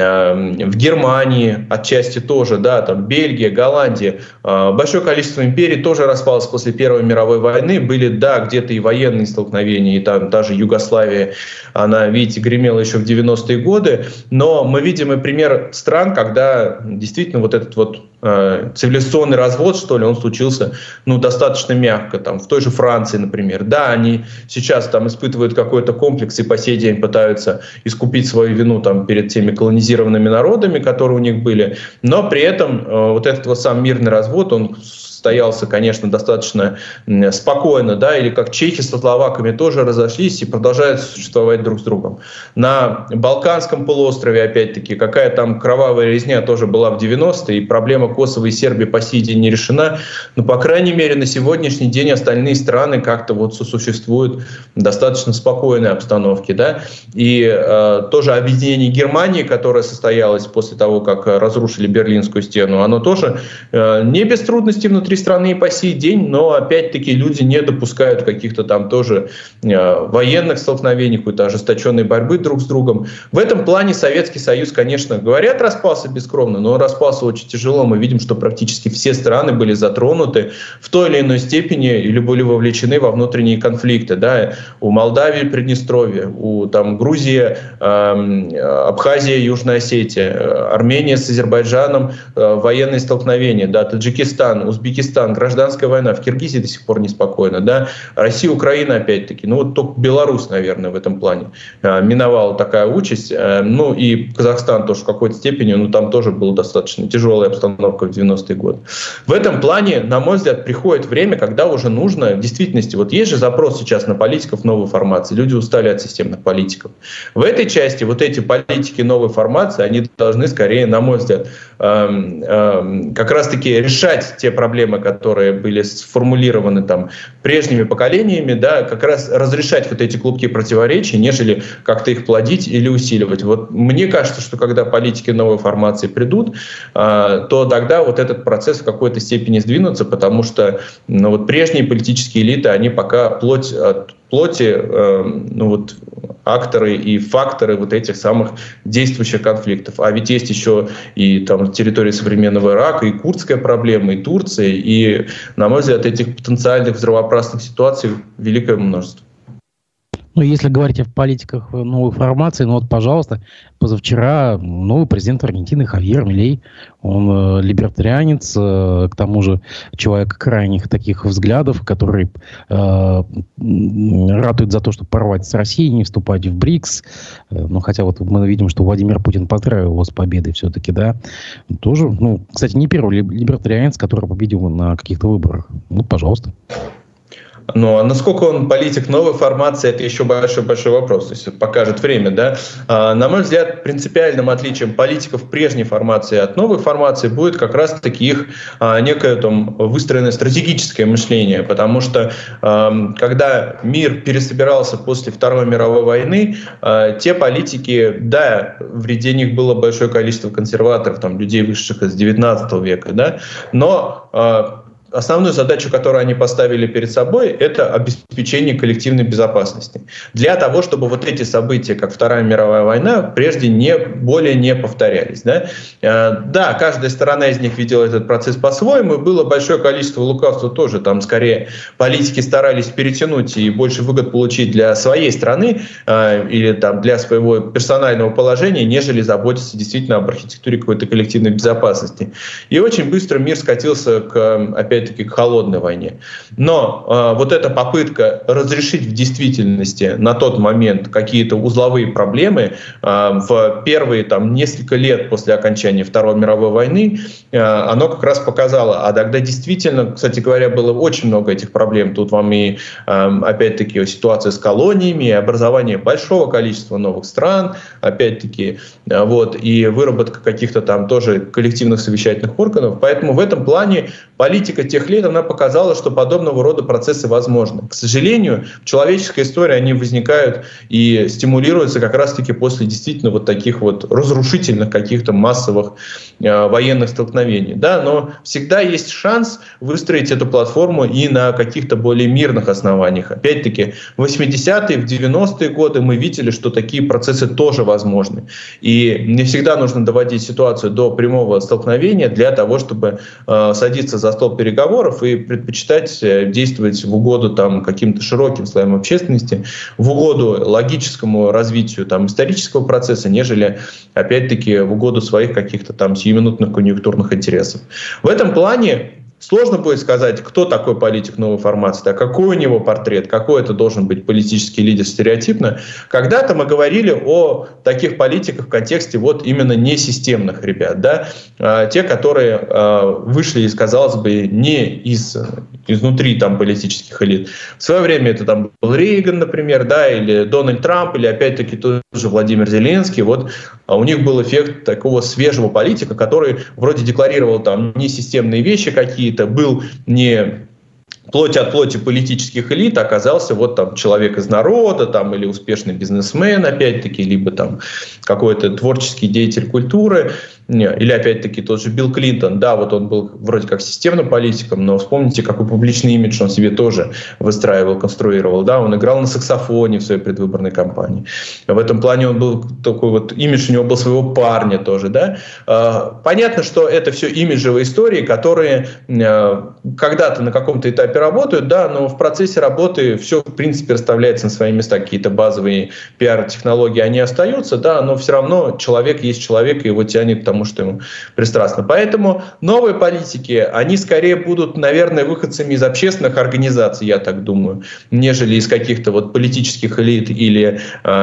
в Германии отчасти тоже, да, там Бельгия, Голландия. Большое количество империй тоже распалось после Первой мировой войны. Были, да, где-то и военные столкновения, и там даже Югославия, она, видите, гремела еще в 90-е годы. Но мы видим и пример стран, когда действительно вот этот вот цивилизационный развод, что ли, он случился достаточно мягко. Там, в той же Франции, например. Да, они сейчас там испытывают какой-то комплекс и по сей день пытаются искупить свою вину там, перед теми колонизированными народами, которые у них были, но при этом вот этот вот сам мирный развод, он состоялся, конечно, достаточно спокойно, да, или как чехи со словаками тоже разошлись и продолжают существовать друг с другом. На Балканском полуострове, опять-таки, какая там кровавая резня тоже была в 90-е, и проблема Косово и Сербии по сей день не решена, но, по крайней мере, на сегодняшний день остальные страны как-то вот сосуществуют в достаточно спокойной обстановке, да, и тоже объединение Германии, которое состоялось после того, как разрушили Берлинскую стену, оно тоже не без трудностей внутри страны и по сей день, но опять-таки люди не допускают каких-то там тоже военных столкновений, какой-то ожесточенной борьбы друг с другом. В этом плане Советский Союз, конечно, говорят, распался бескровно, но он распался очень тяжело. Мы видим, что практически все страны были затронуты в той или иной степени или были вовлечены во внутренние конфликты. Да? У Молдавии, Приднестровья, у там, Грузии, Абхазия, Южная Осетия, Армения с Азербайджаном, военные столкновения, да? Таджикистан, Узбекистан, гражданская война, в Киргизии до сих пор неспокойно, да, Россия, Украина опять-таки, вот только Беларусь, наверное, в этом плане миновала такая участь, и Казахстан тоже в какой-то степени, там тоже была достаточно тяжелая обстановка в 90-е годы. В этом плане, на мой взгляд, приходит время, когда уже нужно, в действительности, вот есть же запрос сейчас на политиков новой формации, люди устали от системных политиков. В этой части вот эти политики новой формации, они должны скорее, на мой взгляд, как раз-таки решать те проблемы, проблемы, которые были сформулированы там прежними поколениями, да, как раз разрешать вот эти клубки противоречий, нежели как-то их плодить или усиливать. Вот мне кажется, что когда политики новой формации придут, то тогда вот этот процесс в какой-то степени сдвинутся, потому что вот прежние политические элиты, они пока плоть от плоти, акторы и факторы вот этих самых действующих конфликтов. А ведь есть еще и там территории современного Ирака, и курдская проблема, и Турция, и, на мой взгляд, этих потенциальных взрывоопасных ситуаций великое множество. Если говорить о политиках новой формации, пожалуйста, позавчера новый президент Аргентины Хавьер Милей, он либертарианец, к тому же человек крайних таких взглядов, который ратует за то, чтобы порвать с Россией, не вступать в БРИКС. Хотя мы видим, что Владимир Путин поздравил его с победой все-таки, да. Тоже, кстати, не первый либертарианец, который победил на каких-то выборах. Пожалуйста. А насколько он политик новой формации, это еще большой-большой вопрос. То есть покажет время, да. На мой взгляд, принципиальным отличием политиков прежней формации от новой формации будет как раз-таки их некое там выстроенное стратегическое мышление. Потому что когда мир пересобирался после Второй мировой войны, те политики, да, среди них было большое количество консерваторов, там, людей, вышедших из 19 века, да, но основную задачу, которую они поставили перед собой, это обеспечение коллективной безопасности. Для того, чтобы вот эти события, как Вторая мировая война, прежде более не повторялись. Да, каждая сторона из них видела этот процесс по-своему, и было большое количество лукавства тоже. Там скорее политики старались перетянуть и больше выгод получить для своей страны или там, для своего персонального положения, нежели заботиться действительно об архитектуре какой-то коллективной безопасности. И очень быстро мир скатился опять-таки к холодной войне. Но вот эта попытка разрешить в действительности на тот момент какие-то узловые проблемы в первые там, несколько лет после окончания Второй мировой войны, оно как раз показало. А тогда действительно, кстати говоря, было очень много этих проблем. Тут вам и опять-таки ситуация с колониями, и образование большого количества новых стран, опять-таки, и выработка каких-то там тоже коллективных совещательных органов. Поэтому в этом плане политика тех лет, она показала, что подобного рода процессы возможны. К сожалению, в человеческой истории они возникают и стимулируются как раз-таки после действительно вот таких вот разрушительных каких-то массовых военных столкновений. Да, но всегда есть шанс выстроить эту платформу и на каких-то более мирных основаниях. Опять-таки, в 80-е, в 90-е годы мы видели, что такие процессы тоже возможны. И не всегда нужно доводить ситуацию до прямого столкновения для того, чтобы садиться за стол переговоров и предпочитать действовать в угоду там, каким-то широким слоям общественности, в угоду логическому развитию там, исторического процесса, нежели, опять-таки, в угоду своих каких-то там сиюминутных конъюнктурных интересов. В этом плане сложно будет сказать, кто такой политик новой формации, да, какой у него портрет, какой это должен быть политический лидер стереотипно. Когда-то мы говорили о таких политиках в контексте вот именно несистемных ребят, да, те, которые вышли из, казалось бы, не изнутри там политических элит. В свое время это там был Рейган, например, да, или Дональд Трамп, или опять-таки тот же Владимир Зеленский. Вот у них был эффект такого свежего политика, который вроде декларировал там несистемные вещи какие-то, был не плоть от плоти политических элит, оказался вот там человек из народа, там, или успешный бизнесмен, опять-таки, либо там какой-то творческий деятель культуры, или опять-таки тот же Билл Клинтон. Да, вот он был вроде как системным политиком, но вспомните, какой публичный имидж он себе тоже выстраивал, конструировал. Да, он играл на саксофоне в своей предвыборной кампании. В этом плане он был такой вот, имидж у него был своего парня тоже. Да? Понятно, что это все имиджевые истории, которые когда-то на каком-то этапе работают, да, но в процессе работы все, в принципе, расставляется на свои места. Какие-то базовые пиар-технологии, они остаются, да, но все равно человек есть человек, и его тянет к тому, что ему пристрастно. Поэтому новые политики, они скорее будут, наверное, выходцами из общественных организаций, я так думаю, нежели из каких-то вот политических элит или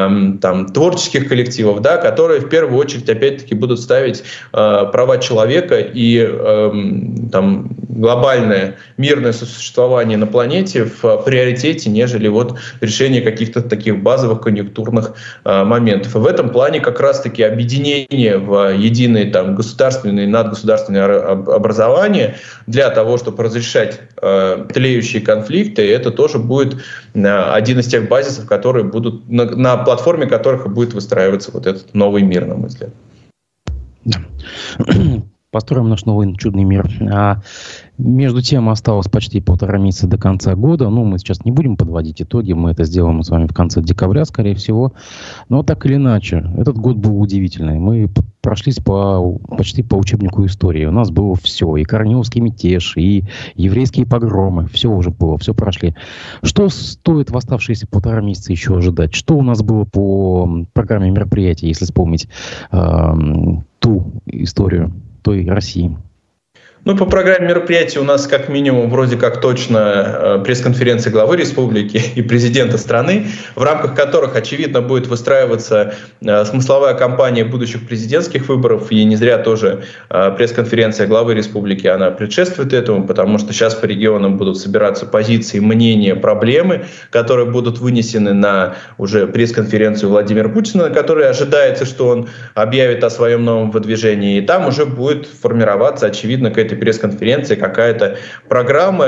там творческих коллективов, да, которые в первую очередь, опять-таки, будут ставить права человека и там глобальное мирное сосуществование существование на планете в приоритете, нежели вот решение каких-то таких базовых конъюнктурных моментов. И в этом плане как раз-таки объединение в единое там государственное и надгосударственное образование для того, чтобы разрешать тлеющие конфликты, это тоже будет один из тех базисов, которые будут на платформе которых будет выстраиваться вот этот новый мир, на мой взгляд. Да. Построим наш новый чудный мир. Между тем осталось почти 1,5 месяца до конца года. Мы сейчас не будем подводить итоги. Мы это сделаем с вами в конце декабря, скорее всего. Но так или иначе, этот год был удивительный. Мы прошлись почти по учебнику истории. У нас было все. И Корниловский мятеж, и еврейские погромы. Все уже было, все прошли. Что стоит в оставшиеся 1,5 месяца еще ожидать? Что у нас было по программе мероприятий, если вспомнить ту историю той России? По программе мероприятий у нас как минимум вроде как точно пресс-конференция главы республики и президента страны, в рамках которых, очевидно, будет выстраиваться смысловая кампания будущих президентских выборов. И не зря тоже пресс-конференция главы республики, она предшествует этому, потому что сейчас по регионам будут собираться позиции, мнения, проблемы, которые будут вынесены на уже пресс-конференцию Владимира Путина, на которой ожидается, что он объявит о своем новом выдвижении. И там уже будет формироваться, очевидно, к этой пресс-конференции какая-то программа,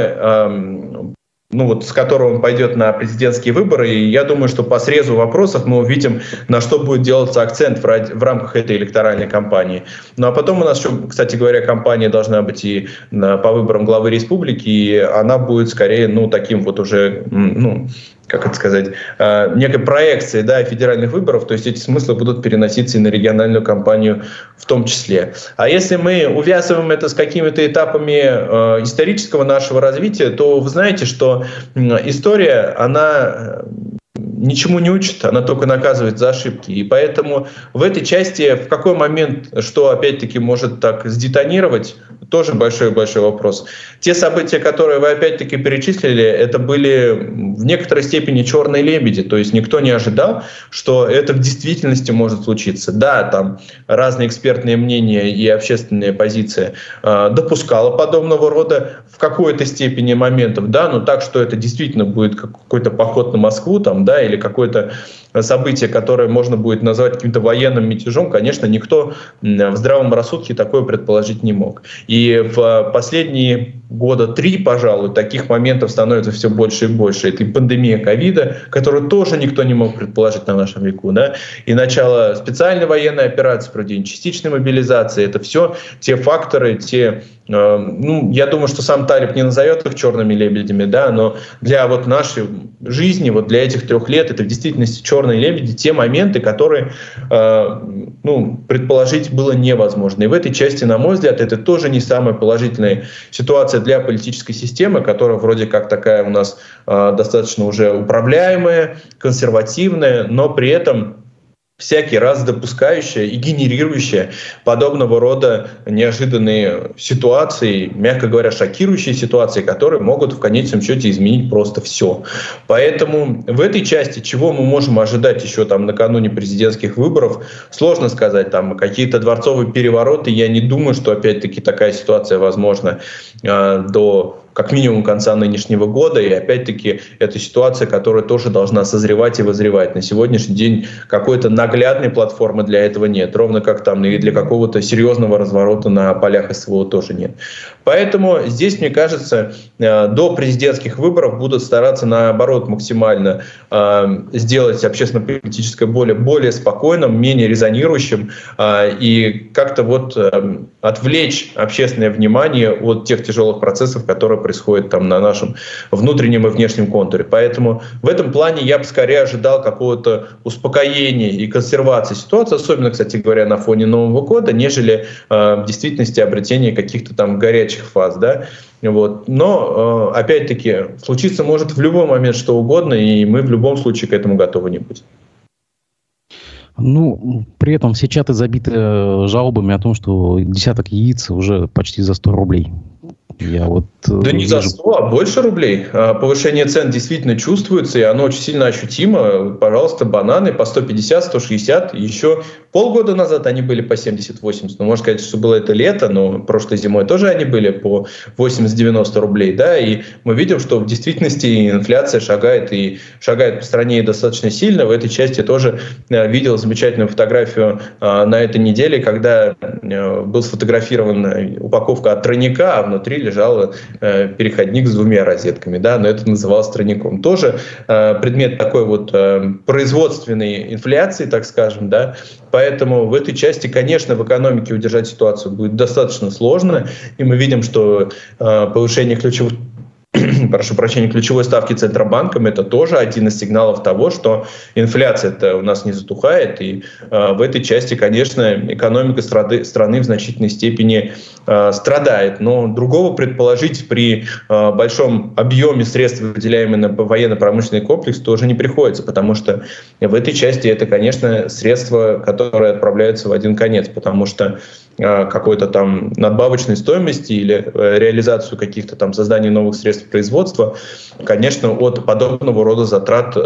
с которой он пойдет на президентские выборы. И я думаю, что по срезу вопросов мы увидим, на что будет делаться акцент в рамках этой электоральной кампании. А потом у нас еще, кстати говоря, кампания должна быть и по выборам главы республики, и она будет скорее, таким вот уже, некой проекцией, федеральных выборов, то есть эти смыслы будут переноситься и на региональную кампанию в том числе. А если мы увязываем это с какими-то этапами исторического нашего развития, то вы знаете, что история, она ничему не учит, она только наказывает за ошибки. И поэтому в этой части в какой момент, что опять-таки может так сдетонировать, тоже большой-большой вопрос. Те события, которые вы опять-таки перечислили, это были в некоторой степени черные лебеди, то есть никто не ожидал, что это в действительности может случиться. Да, там разные экспертные мнения и общественная позиция допускала подобного рода в какой-то степени моментов, но так, что это действительно будет какой-то поход на Москву, или какое-то событие, которое можно будет назвать каким-то военным мятежом, конечно, никто в здравом рассудке такое предположить не мог. И в последние 3 года, пожалуй, таких моментов становится все больше и больше. Это и пандемия ковида, которую тоже никто не мог предположить на нашем веку, и начало специальной военной операции, проведение частичной мобилизации. Это все те факторы, я думаю, что сам Талиб не назовет их черными лебедями, но для нашей жизни, для этих 3 лет, это в действительности черные лебеди, те моменты, которые предположить было невозможно. И в этой части, на мой взгляд, это тоже не самая положительная ситуация для политической системы, которая вроде как такая у нас достаточно уже управляемая, консервативная, но при этом всякий раз допускающая и генерирующая подобного рода неожиданные ситуации, мягко говоря, шокирующие ситуации, которые могут в конечном счете изменить просто все. Поэтому в этой части, чего мы можем ожидать еще накануне президентских выборов, сложно сказать. Какие-то дворцовые перевороты, я не думаю, что опять-таки такая ситуация возможна до как минимум конца нынешнего года. И опять-таки это ситуация, которая тоже должна созревать и вызревать. На сегодняшний день какой-то наглядной платформы для этого нет. Ровно как и для какого-то серьезного разворота на полях СВО тоже нет. Поэтому здесь, мне кажется, до президентских выборов будут стараться, наоборот, максимально сделать общественно-политическое более спокойным, менее резонирующим и как-то отвлечь общественное внимание от тех тяжелых процессов, которые происходят на нашем внутреннем и внешнем контуре. Поэтому в этом плане я бы скорее ожидал какого-то успокоения и консервации ситуации, особенно, кстати говоря, на фоне Нового года, нежели в действительности обретения каких-то горячих фаз. Но, опять-таки, случиться может в любой момент что угодно, и мы в любом случае к этому готовы не будем. При этом все чаты забиты жалобами о том, что десяток яиц уже почти за 100 рублей. Я Да не за 100, а больше рублей. Повышение цен действительно чувствуется, и оно очень сильно ощутимо. Пожалуйста, бананы по 150, 160. Еще полгода назад они были по 70-80. Ну, можно сказать, что было это лето, но прошлой зимой тоже они были по 80-90 рублей. Да? И мы видим, что в действительности инфляция шагает по стране достаточно сильно. В этой части тоже видел замечательную фотографию на этой неделе, когда был сфотографирована упаковка от тройника, а внутри лежала переходник с 2 розетками, да, но это называлось тройником. Тоже предмет такой вот производственной инфляции, так скажем, да, поэтому в этой части, конечно, в экономике удержать ситуацию будет достаточно сложно, и мы видим, что повышение ключевой ставки Центробанком — это тоже один из сигналов того, что инфляция-то у нас не затухает, и в этой части, конечно, экономика страны в значительной степени страдает. Но другого предположить при большом объеме средств, выделяемых на военно-промышленный комплекс, тоже не приходится, потому что в этой части это, конечно, средства, которые отправляются в один конец, потому что какой-то там надбавочной стоимости или реализацию каких-то там созданий новых средств производства, конечно, от подобного рода затрат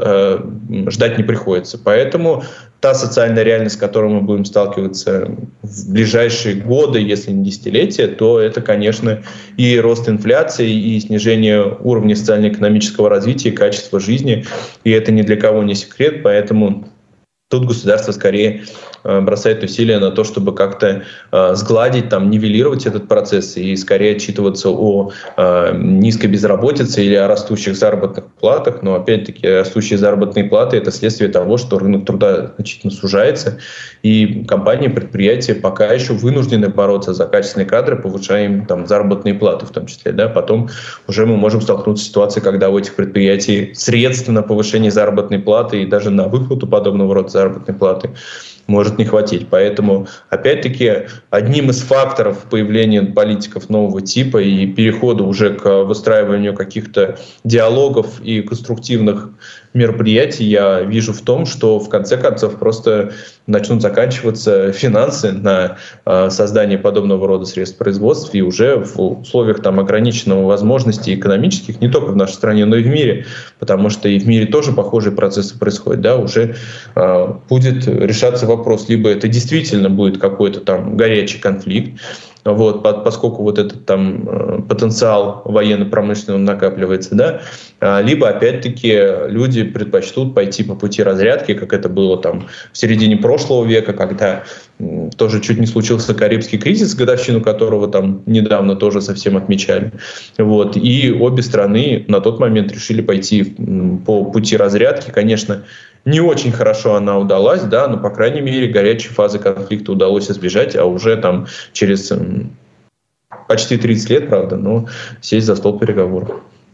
ждать не приходится. Поэтому та социальная реальность, с которой мы будем сталкиваться в ближайшие годы, если не десятилетия, то это, конечно, и рост инфляции, и снижение уровня социально-экономического развития и качества жизни. И это ни для кого не секрет, поэтому тут государство скорее бросает усилия на то, чтобы как-то сгладить, там, нивелировать этот процесс и скорее отчитываться о низкой безработице или о растущих заработных платах. Но опять-таки растущие заработные платы — это следствие того, что рынок труда значительно сужается, и компании, предприятия пока еще вынуждены бороться за качественные кадры, повышая им там заработные платы в том числе. Да? Потом уже мы можем столкнуться с ситуацией, когда у этих предприятий средств на повышение заработной платы и даже на выплату подобного рода заработной платы может не хватить. Поэтому, опять-таки, одним из факторов появления политиков нового типа и перехода уже к выстраиванию каких-то диалогов и конструктивных мероприятий я вижу в том, что в конце концов просто начнут заканчиваться финансы на создание подобного рода средств производства, и уже в условиях там ограниченного возможностей экономических, не только в нашей стране, но и в мире, потому что и в мире тоже похожие процессы происходят, да, уже будет решаться вопрос, либо это действительно будет какой-то там горячий конфликт, вот, поскольку вот этот там потенциал военно-промышленный накапливается, да, либо опять-таки люди предпочтут пойти по пути разрядки, как это было там в середине прошлого века, когда тоже чуть не случился Карибский кризис, годовщину которого там недавно тоже совсем отмечали. Вот, и обе страны на тот момент решили пойти по пути разрядки. Конечно, не очень хорошо она удалась, да, но, по крайней мере, горячей фазы конфликта удалось избежать, а уже там через почти 30 лет, правда, но сесть за стол переговоров.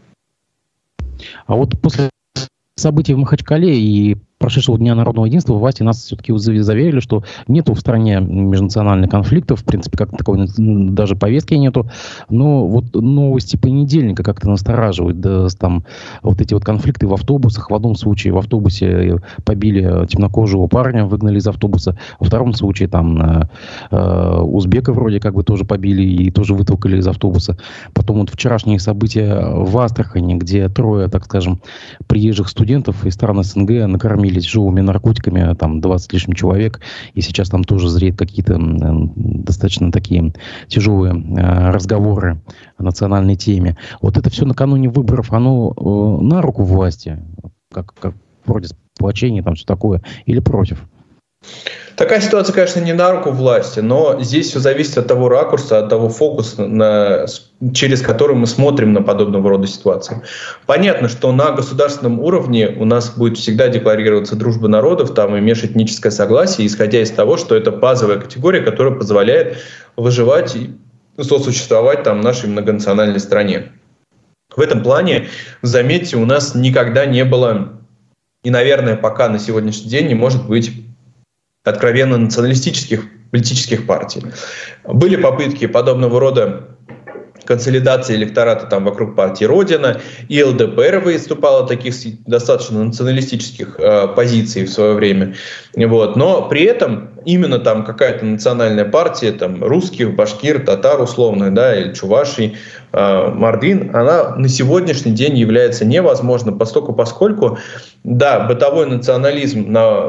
А вот после событий в Махачкале и прошедшего Дня народного единства власти нас все-таки заверили, что нету в стране межнациональных конфликтов, в принципе, как такой даже повестки нету. Но вот новости понедельника как-то настораживают. Да, там вот эти вот конфликты в автобусах. В одном случае в автобусе побили темнокожего парня, выгнали из автобуса. Во втором случае там узбека вроде как бы тоже побили и тоже вытолкали из автобуса. Потом вот вчерашние события в Астрахани, где 3, так скажем, приезжих студентов из стран СНГ накормились живыми наркотиками, там 20 с лишним человек, и сейчас там тоже зреют какие-то достаточно такие тяжелые разговоры о национальной теме. Вот это все накануне выборов, оно на руку власти, как вроде сплочение, там все такое, или против? Такая ситуация, конечно, не на руку власти, но здесь все зависит от того ракурса, от того фокуса, через который мы смотрим на подобного рода ситуации. Понятно, что на государственном уровне у нас будет всегда декларироваться дружба народов, там и межэтническое согласие, исходя из того, что это базовая категория, которая позволяет выживать и сосуществовать там нашей многонациональной стране. В этом плане, заметьте, у нас никогда не было, и, наверное, пока на сегодняшний день не может быть откровенно националистических политических партий. Были попытки подобного рода консолидации электората там вокруг партии «Родина», и ЛДПР выступала таких достаточно националистических позиций в свое время. Вот. Но при этом именно там какая-то национальная партия, там русских, башкир, татар условно, да, или чувашей, мордвин, она на сегодняшний день является невозможной, поскольку, да, бытовой национализм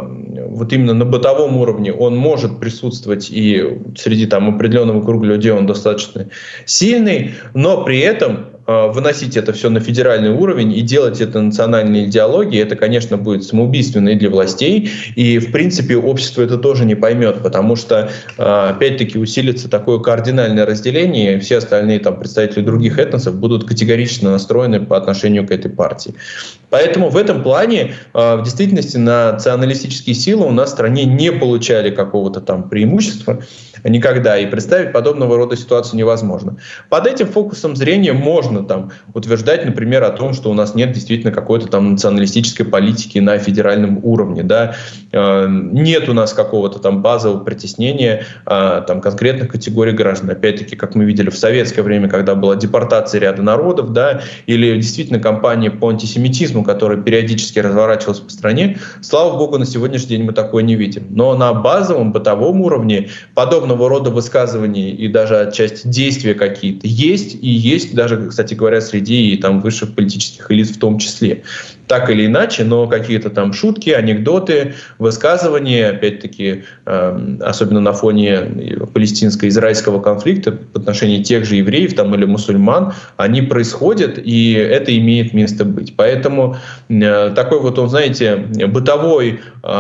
вот именно на бытовом уровне, он может присутствовать и среди там определенного круга людей он достаточно сильный, но при этом выносить это все на федеральный уровень и делать это национальной идеологией, это, конечно, будет самоубийственно и для властей, и, в принципе, общество это тоже не поймет, потому что, опять-таки, усилится такое кардинальное разделение, и все остальные там представители других этносов будут категорично настроены по отношению к этой партии. Поэтому в этом плане, в действительности, националистические силы у нас в стране не получали какого-то там преимущества никогда, и представить подобного рода ситуацию невозможно. Под этим фокусом зрения можно там утверждать, например, о том, что у нас нет действительно какой-то там националистической политики на федеральном уровне, да, нет у нас какого-то там базового притеснения там конкретных категорий граждан. Опять-таки, как мы видели в советское время, когда была депортация ряда народов, да, или действительно кампания по антисемитизму, которая периодически разворачивалась по стране, слава богу, на сегодняшний день мы такое не видим. Но на базовом бытовом уровне подобного рода высказывания и даже отчасти действия какие-то есть, и есть даже, кстати говоря, среди там высших политических элит в том числе. Так или иначе, но какие-то там шутки, анекдоты, высказывания, опять-таки, особенно на фоне палестинско-израильского конфликта в отношении тех же евреев там, или мусульман, они происходят, и это имеет место быть. Поэтому такой вот, он, знаете, бытовой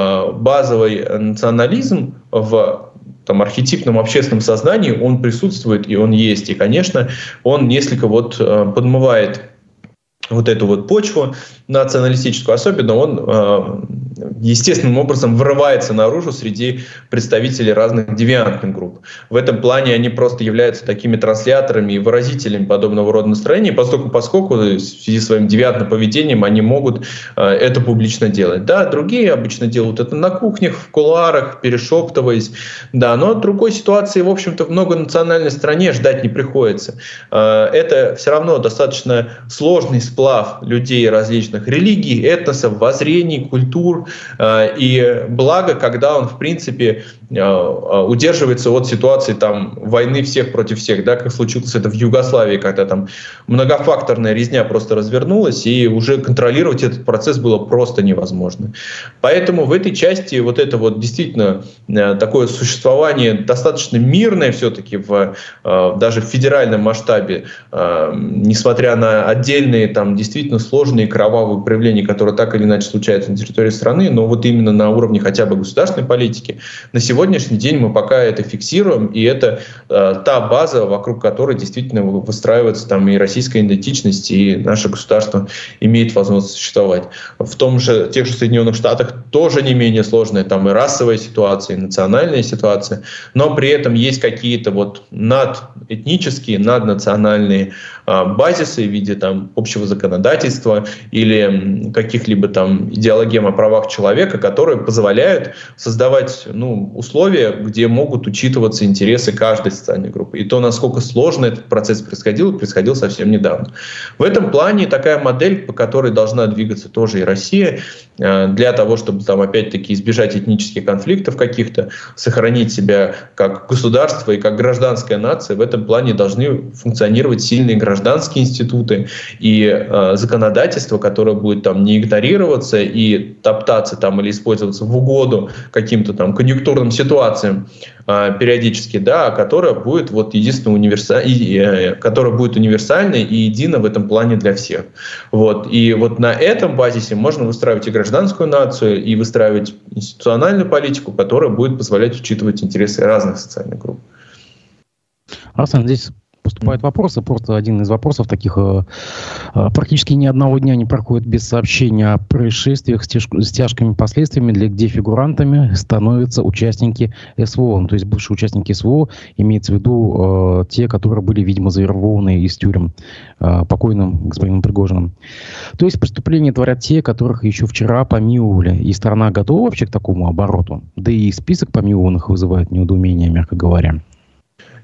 базовый национализм в там, архетипном общественном сознании, он присутствует и он есть. И, конечно, он несколько вот подмывает вот эту вот почву националистическую, особенно он естественным образом вырывается наружу среди представителей разных девиантных групп. В этом плане они просто являются такими трансляторами и выразителями подобного рода настроений, поскольку в связи с своим девиантным поведением они могут это публично делать. Да, другие обычно делают это на кухнях, в кулуарах, перешептываясь. Да, но от другой ситуации, в общем-то, в многонациональной стране ждать не приходится. Это все равно достаточно сложный сплав людей различных религий, этносов, воззрений, культур. И благо, когда он, в принципе, удерживается от ситуации там, войны всех против всех, да, как случилось это в Югославии, когда там многофакторная резня просто развернулась, и уже контролировать этот процесс было просто невозможно. Поэтому в этой части вот это вот действительно такое существование достаточно мирное все-таки даже в федеральном масштабе, несмотря на отдельные там действительно сложные кровавые проявления, которые так или иначе случаются на территории страны, но вот именно на уровне хотя бы государственной политики, на сегодняшний день мы пока это фиксируем, и это та база, вокруг которой действительно выстраивается там и российская идентичность, и наше государство имеет возможность существовать. В тех же Соединенных Штатах тоже не менее сложная там и расовая ситуация, и национальная ситуация, но при этом есть какие-то вот надэтнические, наднациональные базисы в виде там общего законодательства или каких-либо там идеологем о правах человека, которые позволяют создавать условия, где могут учитываться интересы каждой социальной группы. И то, насколько сложно этот процесс происходил совсем недавно. В этом плане такая модель, по которой должна двигаться тоже и Россия, для того, чтобы там опять-таки избежать этнических конфликтов каких-то, сохранить себя как государство и как гражданская нация, в этом плане должны функционировать сильные гражданские институты и законодательство, которое будет там не игнорироваться и топтаться там или использоваться в угоду каким-то там конъюнктурным ситуациям периодически, да, которая будет вот единственно универсальной и едино в этом плане для всех. Вот. И вот на этом базисе можно выстраивать и гражданскую нацию, и выстраивать институциональную политику, которая будет позволять учитывать интересы разных социальных групп. Арсен, здесь поступают вопросы. Просто один из вопросов таких. Практически ни одного дня не проходит без сообщения о происшествиях с тяжкими последствиями, где фигурантами становятся участники СВО. То есть бывшие участники СВО, имеется в виду те, которые были, видимо, завербованы из тюрем покойным господином Пригожиным. То есть преступления творят те, которых еще вчера помиловали. И страна готова вообще к такому обороту? Да и список помилованных вызывает недоумение, мягко говоря.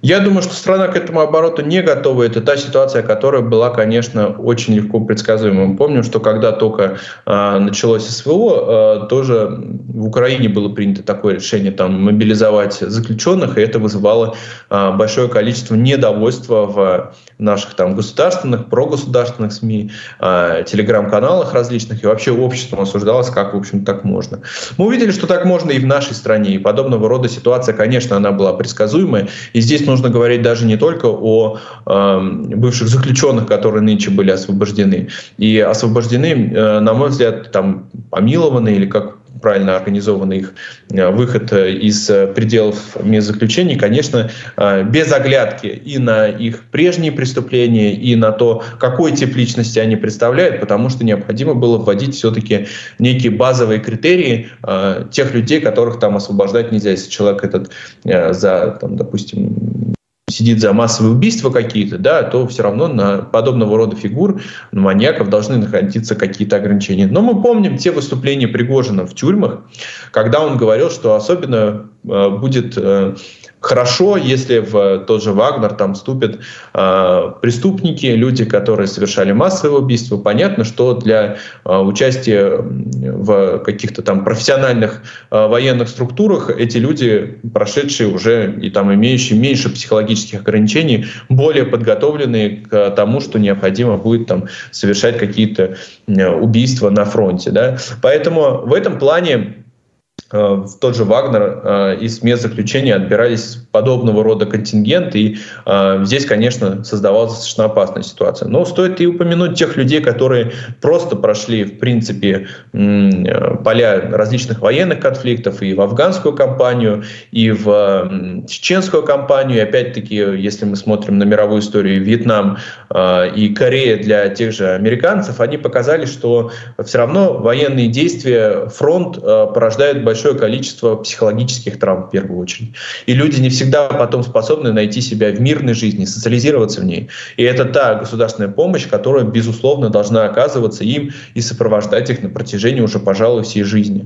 Я думаю, что страна к этому обороту не готова. Это та ситуация, которая была, конечно, очень легко предсказуема. Мы помним, что когда только началось СВО, тоже в Украине было принято такое решение там, мобилизовать заключенных, и это вызывало большое количество недовольства в наших там, государственных, прогосударственных СМИ, телеграм-каналах различных, и вообще обществом осуждалось, как, в общем, так можно. Мы увидели, что так можно и в нашей стране, и подобного рода ситуация, конечно, она была предсказуемая, и здесь нужно говорить даже не только о бывших заключенных, которые нынче были освобождены. И освобождены, на мой взгляд, там, помилованы, или как правильно организован их выход из пределов мест заключения, конечно, без оглядки и на их прежние преступления, и на то, какой тип личности они представляют, потому что необходимо было вводить все-таки некие базовые критерии тех людей, которых там освобождать нельзя. Если человек этот за, там, допустим, сидит за массовые убийства какие-то, да, то все равно на подобного рода фигур, на маньяков должны находиться какие-то ограничения. Но мы помним те выступления Пригожина в тюрьмах, когда он говорил, что особенно будет хорошо, если в тот же Вагнер там вступят преступники, люди, которые совершали массовые убийства. Понятно, что для участия в каких-то там профессиональных военных структурах эти люди, прошедшие уже и там имеющие меньше психологических ограничений, более подготовленные к тому, что необходимо будет там совершать какие-то убийства на фронте. Да? Поэтому в этом плане в тот же Вагнер из мест заключения отбирались подобного рода контингенты, и здесь, конечно, создавалась достаточно опасная ситуация. Но стоит и упомянуть тех людей, которые просто прошли, в принципе, поля различных военных конфликтов и в афганскую кампанию, и в чеченскую кампанию. И опять-таки, если мы смотрим на мировую историю, Вьетнам и Корея для тех же американцев, они показали, что все равно военные действия, фронт порождают большое количество психологических травм в первую очередь. И люди не всегда потом способны найти себя в мирной жизни, социализироваться в ней. И это та государственная помощь, которая, безусловно, должна оказываться им и сопровождать их на протяжении уже, пожалуй, всей жизни.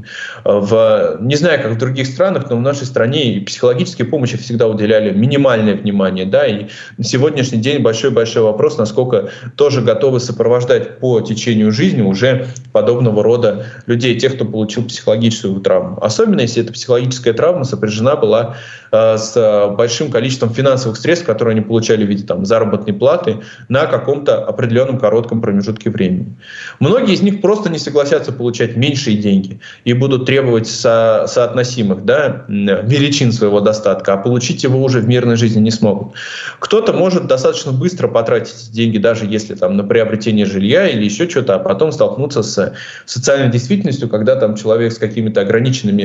Не знаю, как в других странах, но в нашей стране и психологической помощи всегда уделяли минимальное внимание. Да? И на сегодняшний день большой-большой вопрос, насколько тоже готовы сопровождать по течению жизни уже подобного рода людей, тех, кто получил психологическую травму. Особенно, если эта психологическая травма сопряжена была с большим количеством финансовых средств, которые они получали в виде там, заработной платы на каком-то определенном коротком промежутке времени. Многие из них просто не согласятся получать меньшие деньги и будут требовать соотносимых, да, величин своего достатка, а получить его уже в мирной жизни не смогут. Кто-то может достаточно быстро потратить эти деньги, даже если там, на приобретение жилья или еще что-то, а потом столкнуться с социальной действительностью, когда там человек с какими-то ограниченной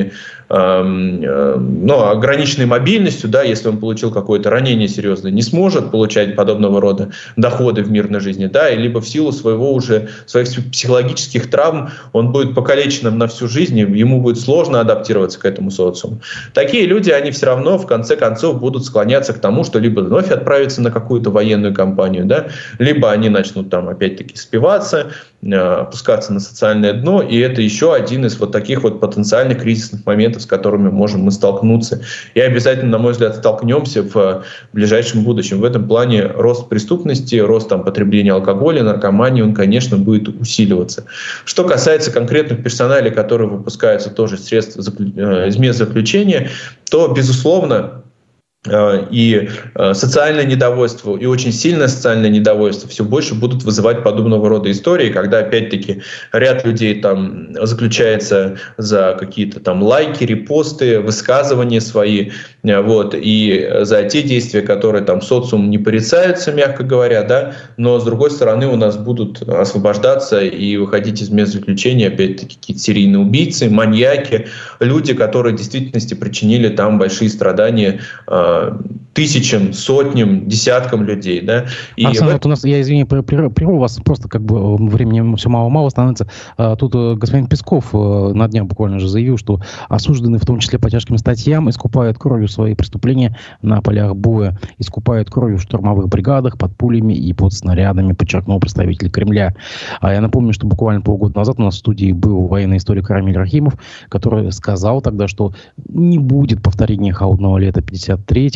мобильностью, да, если он получил какое-то ранение серьезное, не сможет получать подобного рода доходы в мирной жизни, да, либо в силу своих психологических травм он будет покалеченным на всю жизнь, ему будет сложно адаптироваться к этому социуму. Такие люди, они все равно в конце концов будут склоняться к тому, что либо вновь отправиться на какую-то военную кампанию, да, либо они начнут там опять-таки спиваться, опускаться на социальное дно, и это еще один из вот таких вот потенциальных кризисных моментов, с которыми можем мы столкнуться. И обязательно, на мой взгляд, столкнемся в ближайшем будущем. В этом плане рост преступности, рост там, потребления алкоголя, наркомании, он, конечно, будет усиливаться. Что касается конкретных персоналей, которые выпускаются тоже из мест заключения, то, безусловно, и социальное недовольство, и очень сильное социальное недовольство все больше будут вызывать подобного рода истории, когда опять-таки ряд людей там заключается за какие-то там лайки, репосты, высказывания свои, вот, и за те действия, которые там социум не порицаются, мягко говоря, да, но с другой стороны у нас будут освобождаться и выходить из мест заключения опять-таки какие-то серийные убийцы, маньяки, люди, которые в действительности причинили там большие страдания тысячам, сотням, десяткам людей. Да? И Арсен, вот у нас, я извини, прерву вас, просто как бы времени все мало-мало становится. Тут господин Песков на днях буквально же заявил, что осужденные, в том числе по тяжким статьям, искупают кровью свои преступления на полях боя, искупают кровью в штурмовых бригадах, под пулями и под снарядами, подчеркнул представитель Кремля. А я напомню, что буквально полгода назад у нас в студии был военный историк Рамиль Рахимов, который сказал тогда, что не будет повторения холодного лета 53-го после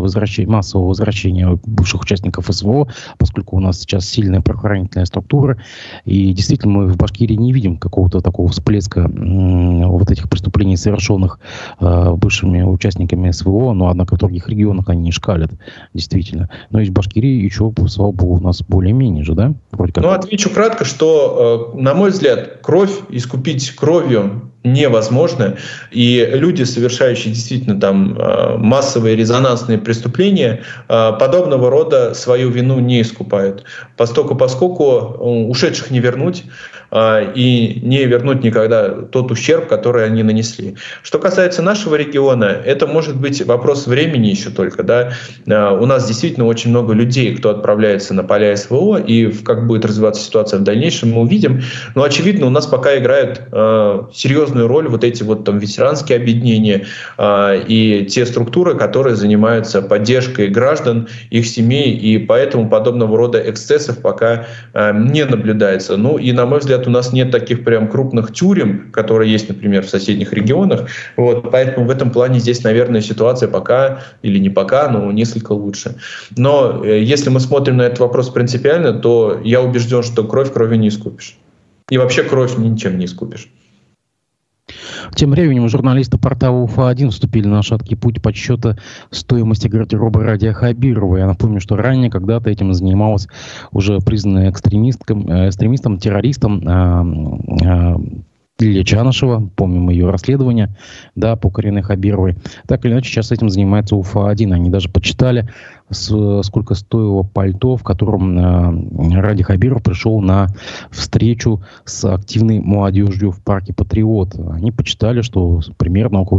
массового возвращения бывших участников СВО, поскольку у нас сейчас сильная правоохранительная структура, и действительно мы в Башкирии не видим какого-то такого всплеска вот этих преступлений, совершенных бывшими участниками СВО, но, однако, в других регионах они не шкалят, действительно. Но и в Башкирии еще, слава богу, у нас более-менее же, да? Вроде как. Ну, отвечу кратко, что, на мой взгляд, кровь искупить кровью невозможно, и люди, совершающие действительно там массовые резонансные преступления, подобного рода свою вину не искупают, поскольку ушедших не вернуть, и не вернуть никогда тот ущерб, который они нанесли. Что касается нашего региона, это может быть вопрос времени еще только, да. У нас действительно очень много людей, кто отправляется на поля СВО, и как будет развиваться ситуация в дальнейшем, мы увидим. Но очевидно, у нас пока играют серьезную роль вот эти вот там ветеранские объединения и те структуры, которые занимаются поддержкой граждан, их семей, и поэтому подобного рода эксцессов пока не наблюдается. Ну и, на мой взгляд, у нас нет таких прям крупных тюрем, которые есть, например, в соседних регионах. Вот, поэтому в этом плане здесь, наверное, ситуация пока, или не пока, но несколько лучше. Но если мы смотрим на этот вопрос принципиально, то я убежден, что кровь крови не искупишь. И вообще кровь ничем не искупишь. Тем временем журналисты портала УФА-1 вступили на шаткий путь подсчета стоимости гардероба Радия Хабирова. Я напомню, что ранее когда-то этим занималась уже признанная экстремистом, террористом Лилия Чанышева, помним ее расследование, да, по Карине Хабировой. Так или иначе, сейчас этим занимается УФА-1. Они даже подсчитали, сколько стоило пальто, в котором Радий Хабиров пришел на встречу с активной молодежью в парке «Патриот». Они подсчитали, что примерно около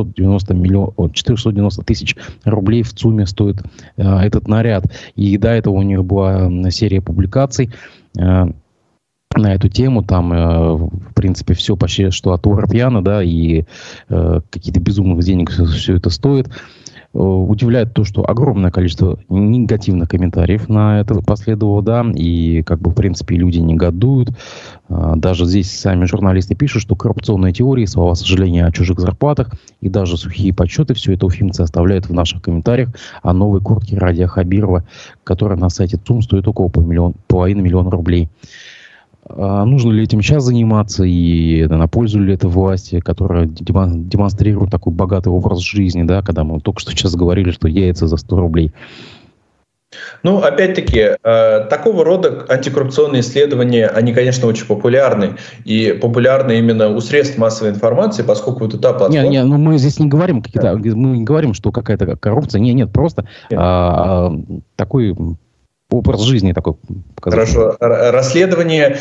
490 тысяч рублей в ЦУМе стоит этот наряд. И до этого у них была серия публикаций на эту тему. Там, в принципе, все почти что от Воробьяна, да, и какие-то безумных денег все это стоит. Удивляет то, что огромное количество негативных комментариев на это последовало, да, и, как бы, в принципе, люди негодуют. Даже здесь сами журналисты пишут, что коррупционные теории, слова сожаления о чужих зарплатах и даже сухие подсчеты, все это уфимцы оставляют в наших комментариях о новой куртке Радия Хабирова, которая на сайте ЦУМ стоит около половины миллиона рублей. Нужно ли этим сейчас заниматься и на пользу ли это власти, которая демонстрирует такой богатый образ жизни, да, когда мы только что сейчас говорили, что яйца за 100 рублей. Ну, опять-таки, такого рода антикоррупционные исследования, они, конечно, очень популярны. И популярны именно у средств массовой информации, поскольку вот эта платформа... Нет, ну мы здесь не говорим, мы не говорим, что какая-то коррупция. Нет, просто такой... образ жизни такой. Хорошо. Расследование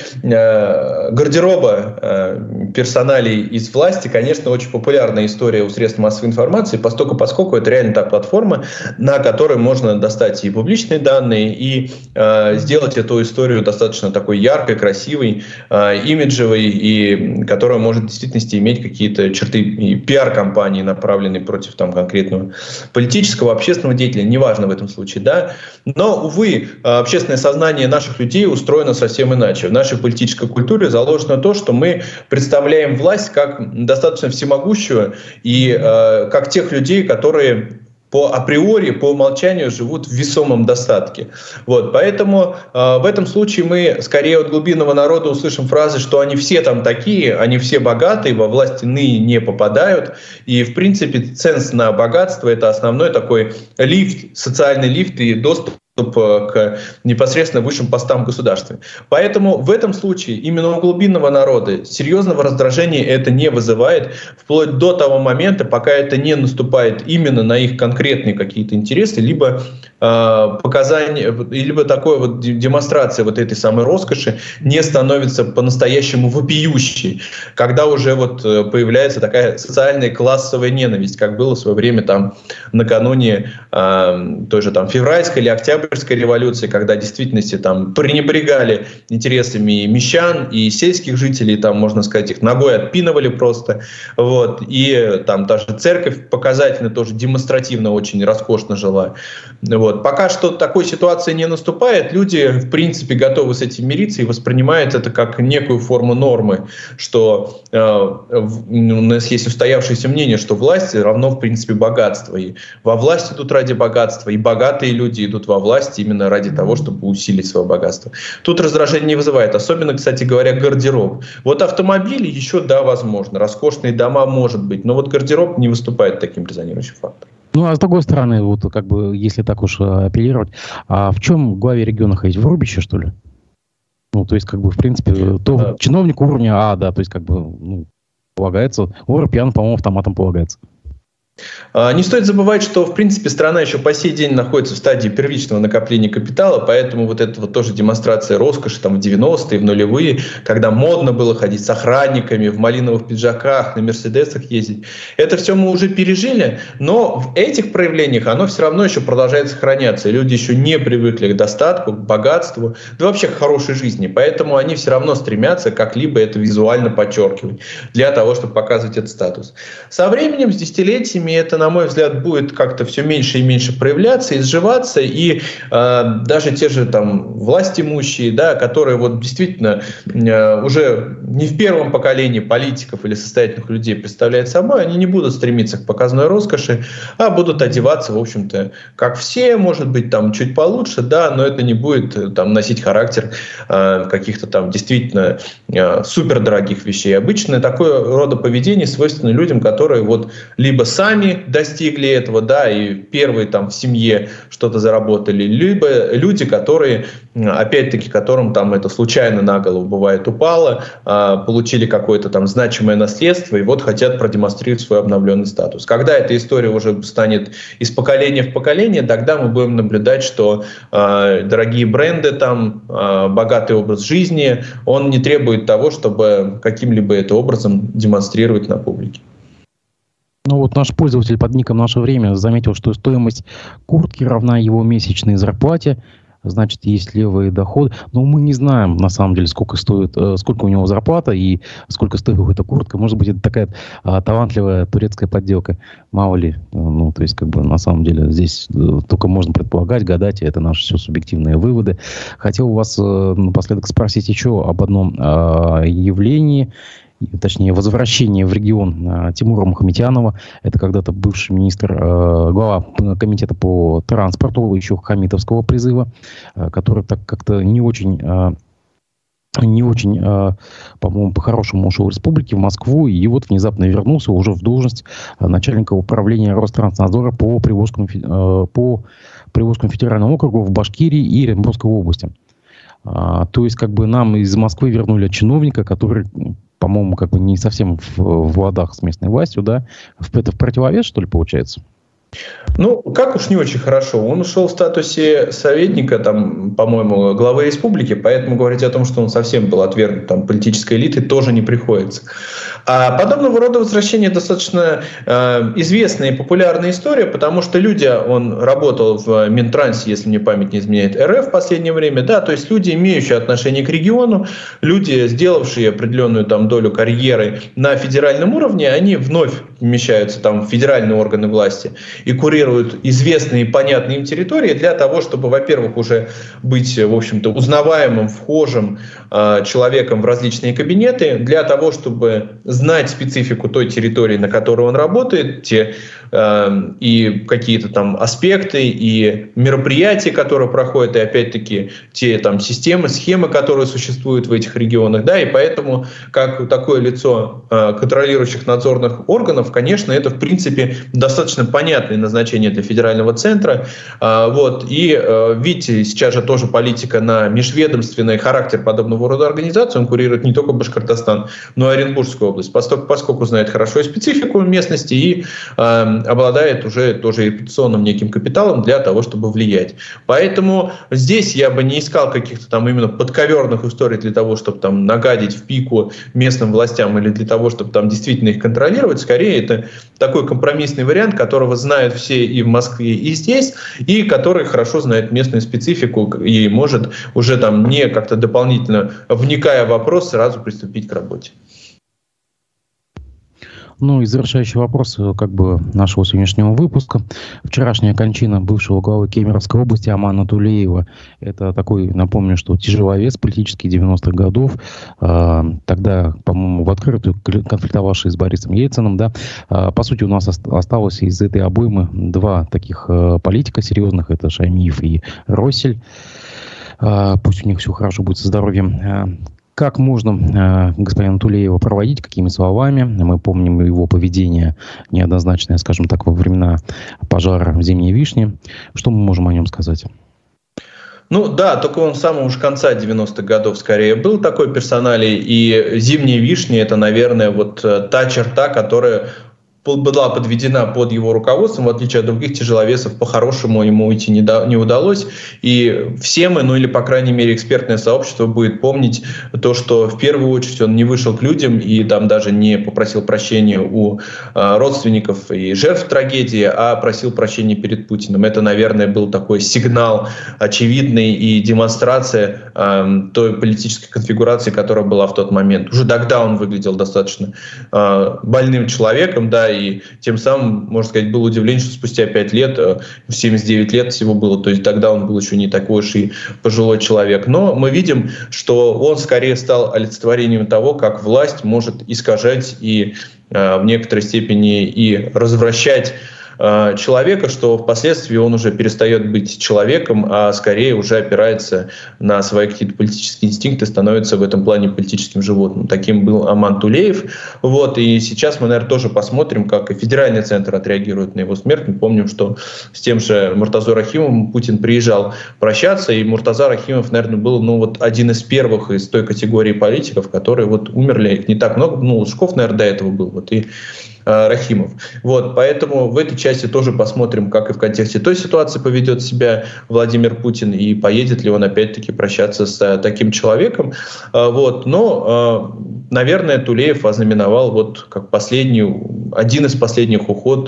гардероба персоналей из власти, конечно, очень популярная история у средств массовой информации, поскольку это реально та платформа, на которой можно достать и публичные данные, и сделать эту историю достаточно такой яркой, красивой, имиджевой, и которая может в действительности иметь какие-то черты и пиар-компании, направленные против там конкретного политического, общественного деятеля, неважно в этом случае, да. Но, увы, общественное сознание наших людей устроено совсем иначе. В нашей политической культуре заложено то, что мы представляем власть как достаточно всемогущую и как тех людей, которые по априори, по умолчанию живут в весомом достатке. Вот, поэтому в этом случае мы скорее от глубинного народа услышим фразы, что они все там такие, они все богатые, во власть иные не попадают. И, в принципе, ценз на богатство — это основной такой лифт, социальный лифт и доступ к непосредственно высшим постам в государстве. Поэтому в этом случае именно у глубинного народа серьезного раздражения это не вызывает, вплоть до того момента, пока это не наступает именно на их конкретные какие-то интересы, либо показания, либо такой вот демонстрация вот этой самой роскоши не становится по-настоящему вопиющей, когда уже вот появляется такая социальная классовая ненависть, как было в свое время там накануне той же там февральской или октябрьской Октябрьской революции, когда в действительности там пренебрегали интересами мещан и сельских жителей, там, можно сказать, их ногой отпинывали просто. Вот. И там даже церковь показательно, тоже демонстративно очень роскошно жила. Вот. Пока что такой ситуации не наступает, люди, в принципе, готовы с этим мириться и воспринимают это как некую форму нормы, что у нас есть устоявшееся мнение, что власть равно, в принципе, богатство. И во власть идут ради богатства, и богатые люди идут во власть именно ради того, чтобы усилить свое богатство. Тут раздражение не вызывает, особенно, кстати говоря, гардероб. Вот автомобили еще, да, возможно, роскошные дома, может быть, но вот гардероб не выступает таким резонирующим фактором. Ну, а с другой стороны, вот как бы, если так уж апеллировать, а в чем главе региона ходить? В рубище, что ли? Ну, то есть, как бы, в принципе, то чиновник уровня А, да, то есть, как бы, ну, полагается, Европеян, по-моему, автоматом полагается. Не стоит забывать, что, в принципе, страна еще по сей день находится в стадии первичного накопления капитала, поэтому вот это вот тоже демонстрация роскоши там, в 90-е, в нулевые, когда модно было ходить с охранниками, в малиновых пиджаках, на мерседесах ездить. Это все мы уже пережили, но в этих проявлениях оно все равно еще продолжает сохраняться. И люди еще не привыкли к достатку, к богатству, да вообще к хорошей жизни. Поэтому они все равно стремятся как-либо это визуально подчеркивать для того, чтобы показывать этот статус. Со временем, с десятилетиями, это, на мой взгляд, будет как-то все меньше и меньше проявляться, изживаться, и даже те же там властимущие, да, которые вот действительно уже не в первом поколении политиков или состоятельных людей представляют собой, они не будут стремиться к показной роскоши, а будут одеваться, в общем-то, как все, может быть, там чуть получше, да, но это не будет там носить характер каких-то там действительно супердорогих вещей. Обычно такое рода поведение свойственно людям, которые вот либо сами достигли этого, да, и первые там в семье что-то заработали, либо люди, которые, опять-таки, которым там это случайно на голову бывает упало, получили какое-то там значимое наследство и вот хотят продемонстрировать свой обновленный статус. Когда эта история уже станет из поколения в поколение, тогда мы будем наблюдать, что дорогие бренды, там, богатый образ жизни, он не требует того, чтобы каким-либо это образом демонстрировать на публике. Ну вот наш пользователь под ником «Наше время» заметил, что стоимость куртки равна его месячной зарплате. Значит, есть левые доходы. Но мы не знаем, на самом деле, сколько стоит, сколько у него зарплата и сколько стоит эта куртка. Может быть, это такая талантливая турецкая подделка. Мало ли. Ну, то есть, как бы, на самом деле, здесь только можно предполагать, гадать. Это наши все субъективные выводы. Хотел у вас напоследок спросить еще об одном явлении. Точнее, возвращение в регион Тимура Мухаметьянова. Это когда-то бывший министр, глава комитета по транспорту, еще хамитовского призыва, который так как-то не очень, по-моему, по-хорошему ушел в республике, в Москву, и вот внезапно вернулся уже в должность начальника управления Ространснадзора по Приволжскому федеральному округу в Башкирии и Оренбургской области. То есть, как бы нам из Москвы вернули чиновника, который, по-моему, как бы не совсем в ладах с местной властью, да? Это в противовес, что ли, получается? Ну, как уж не очень хорошо. Он ушел в статусе советника, там, по-моему, главы республики, поэтому говорить о том, что он совсем был отвергнут там, политической элитой, тоже не приходится. А подобного рода возвращение достаточно известная и популярная история, потому что он работал в Минтрансе, если мне память не изменяет, РФ в последнее время, да, то есть люди, имеющие отношение к региону, люди, сделавшие определенную там долю карьеры на федеральном уровне, они вновь вмещаются там в федеральные органы власти и курируют известные и понятные им территории для того, чтобы, во-первых, уже быть, в общем-то, узнаваемым, вхожим человеком в различные кабинеты, для того, чтобы знать специфику той территории, на которой он работает, и какие-то там аспекты, и мероприятия, которые проходят, и опять-таки те там системы, схемы, которые существуют в этих регионах, да, и поэтому, как такое лицо контролирующих надзорных органов, конечно, это, в принципе, достаточно понятное назначение для федерального центра, вот, и видите, сейчас же тоже политика на межведомственный характер подобного рода организации, он курирует не только Башкортостан, но и Оренбургскую область, поскольку знает хорошо и специфику местности, и обладает уже тоже репутационным неким капиталом для того, чтобы влиять. Поэтому здесь я бы не искал каких-то там именно подковерных историй для того, чтобы там нагадить в пику местным властям или для того, чтобы там действительно их контролировать. Скорее, это такой компромиссный вариант, которого знает знают все и в Москве, и здесь, и который хорошо знает местную специфику и может уже там не как-то дополнительно, вникая в вопрос, сразу приступить к работе. Ну и завершающий вопрос нашего сегодняшнего выпуска. Вчерашняя кончина бывшего главы Кемеровской области Амана Тулеева. Это такой, напомню, что тяжеловес политический 90-х годов. Тогда, по-моему, в открытую конфликтовавший с Борисом Ельциным. Да. По сути, у нас осталось из этой обоймы два таких политика серьезных. Это Шаймиев и Россель. Пусть у них все хорошо будет со здоровьем. Как можно господина Тулеева проводить, какими словами? Мы помним его поведение неоднозначное, скажем так, во времена пожара в Зимней Вишне. Что мы можем о нем сказать? Ну да, только он с самого уж конца 90-х годов скорее был такой персоналий. И «Зимние вишни» — это, наверное, вот та черта, которая была подведена под его руководством, в отличие от других тяжеловесов, по-хорошему ему уйти не удалось. И все мы, ну или, по крайней мере, экспертное сообщество будет помнить то, что в первую очередь он не вышел к людям и там даже не попросил прощения у родственников и жертв трагедии, а просил прощения перед Путиным. Это, наверное, был такой сигнал очевидный и демонстрация той политической конфигурации, которая была в тот момент. Уже тогда он выглядел достаточно больным человеком, да, и тем самым, можно сказать, был удивлен, что спустя 5 лет, 79 лет всего было, то есть тогда он был еще не такой уж и пожилой человек. Но мы видим, что он скорее стал олицетворением того, как власть может искажать и в некоторой степени и развращать человека, что впоследствии он уже перестает быть человеком, а скорее уже опирается на свои какие-то политические инстинкты, становится в этом плане политическим животным. Таким был Аман Тулеев. Вот, и сейчас мы, наверное, тоже посмотрим, как и федеральный центр отреагирует на его смерть. Мы помним, что с тем же Муртазой Рахимовым Путин приезжал прощаться, и Муртаза Рахимов, наверное, был один из первых из той категории политиков, которые умерли. Их не так много, Лужков, наверное, до этого был, и Рахимов. Вот, поэтому в этой части тоже посмотрим, как и в контексте той ситуации поведет себя Владимир Путин и поедет ли он опять-таки прощаться с таким человеком. Вот, но, наверное, Тулеев ознаменовал как один из последних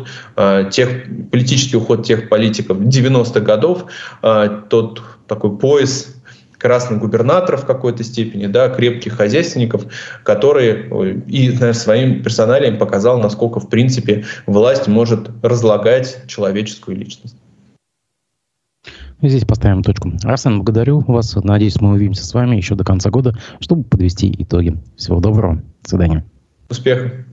политический уход тех политиков 90-х годов, тот такой пояс красных губернаторов в какой-то степени, да, крепких хозяйственников, которые и, наверное, своим персоналием показал, насколько, в принципе, власть может разлагать человеческую личность. Здесь поставим точку. Арсен, благодарю вас. Надеюсь, мы увидимся с вами еще до конца года, чтобы подвести итоги. Всего доброго. До свидания. Успехов.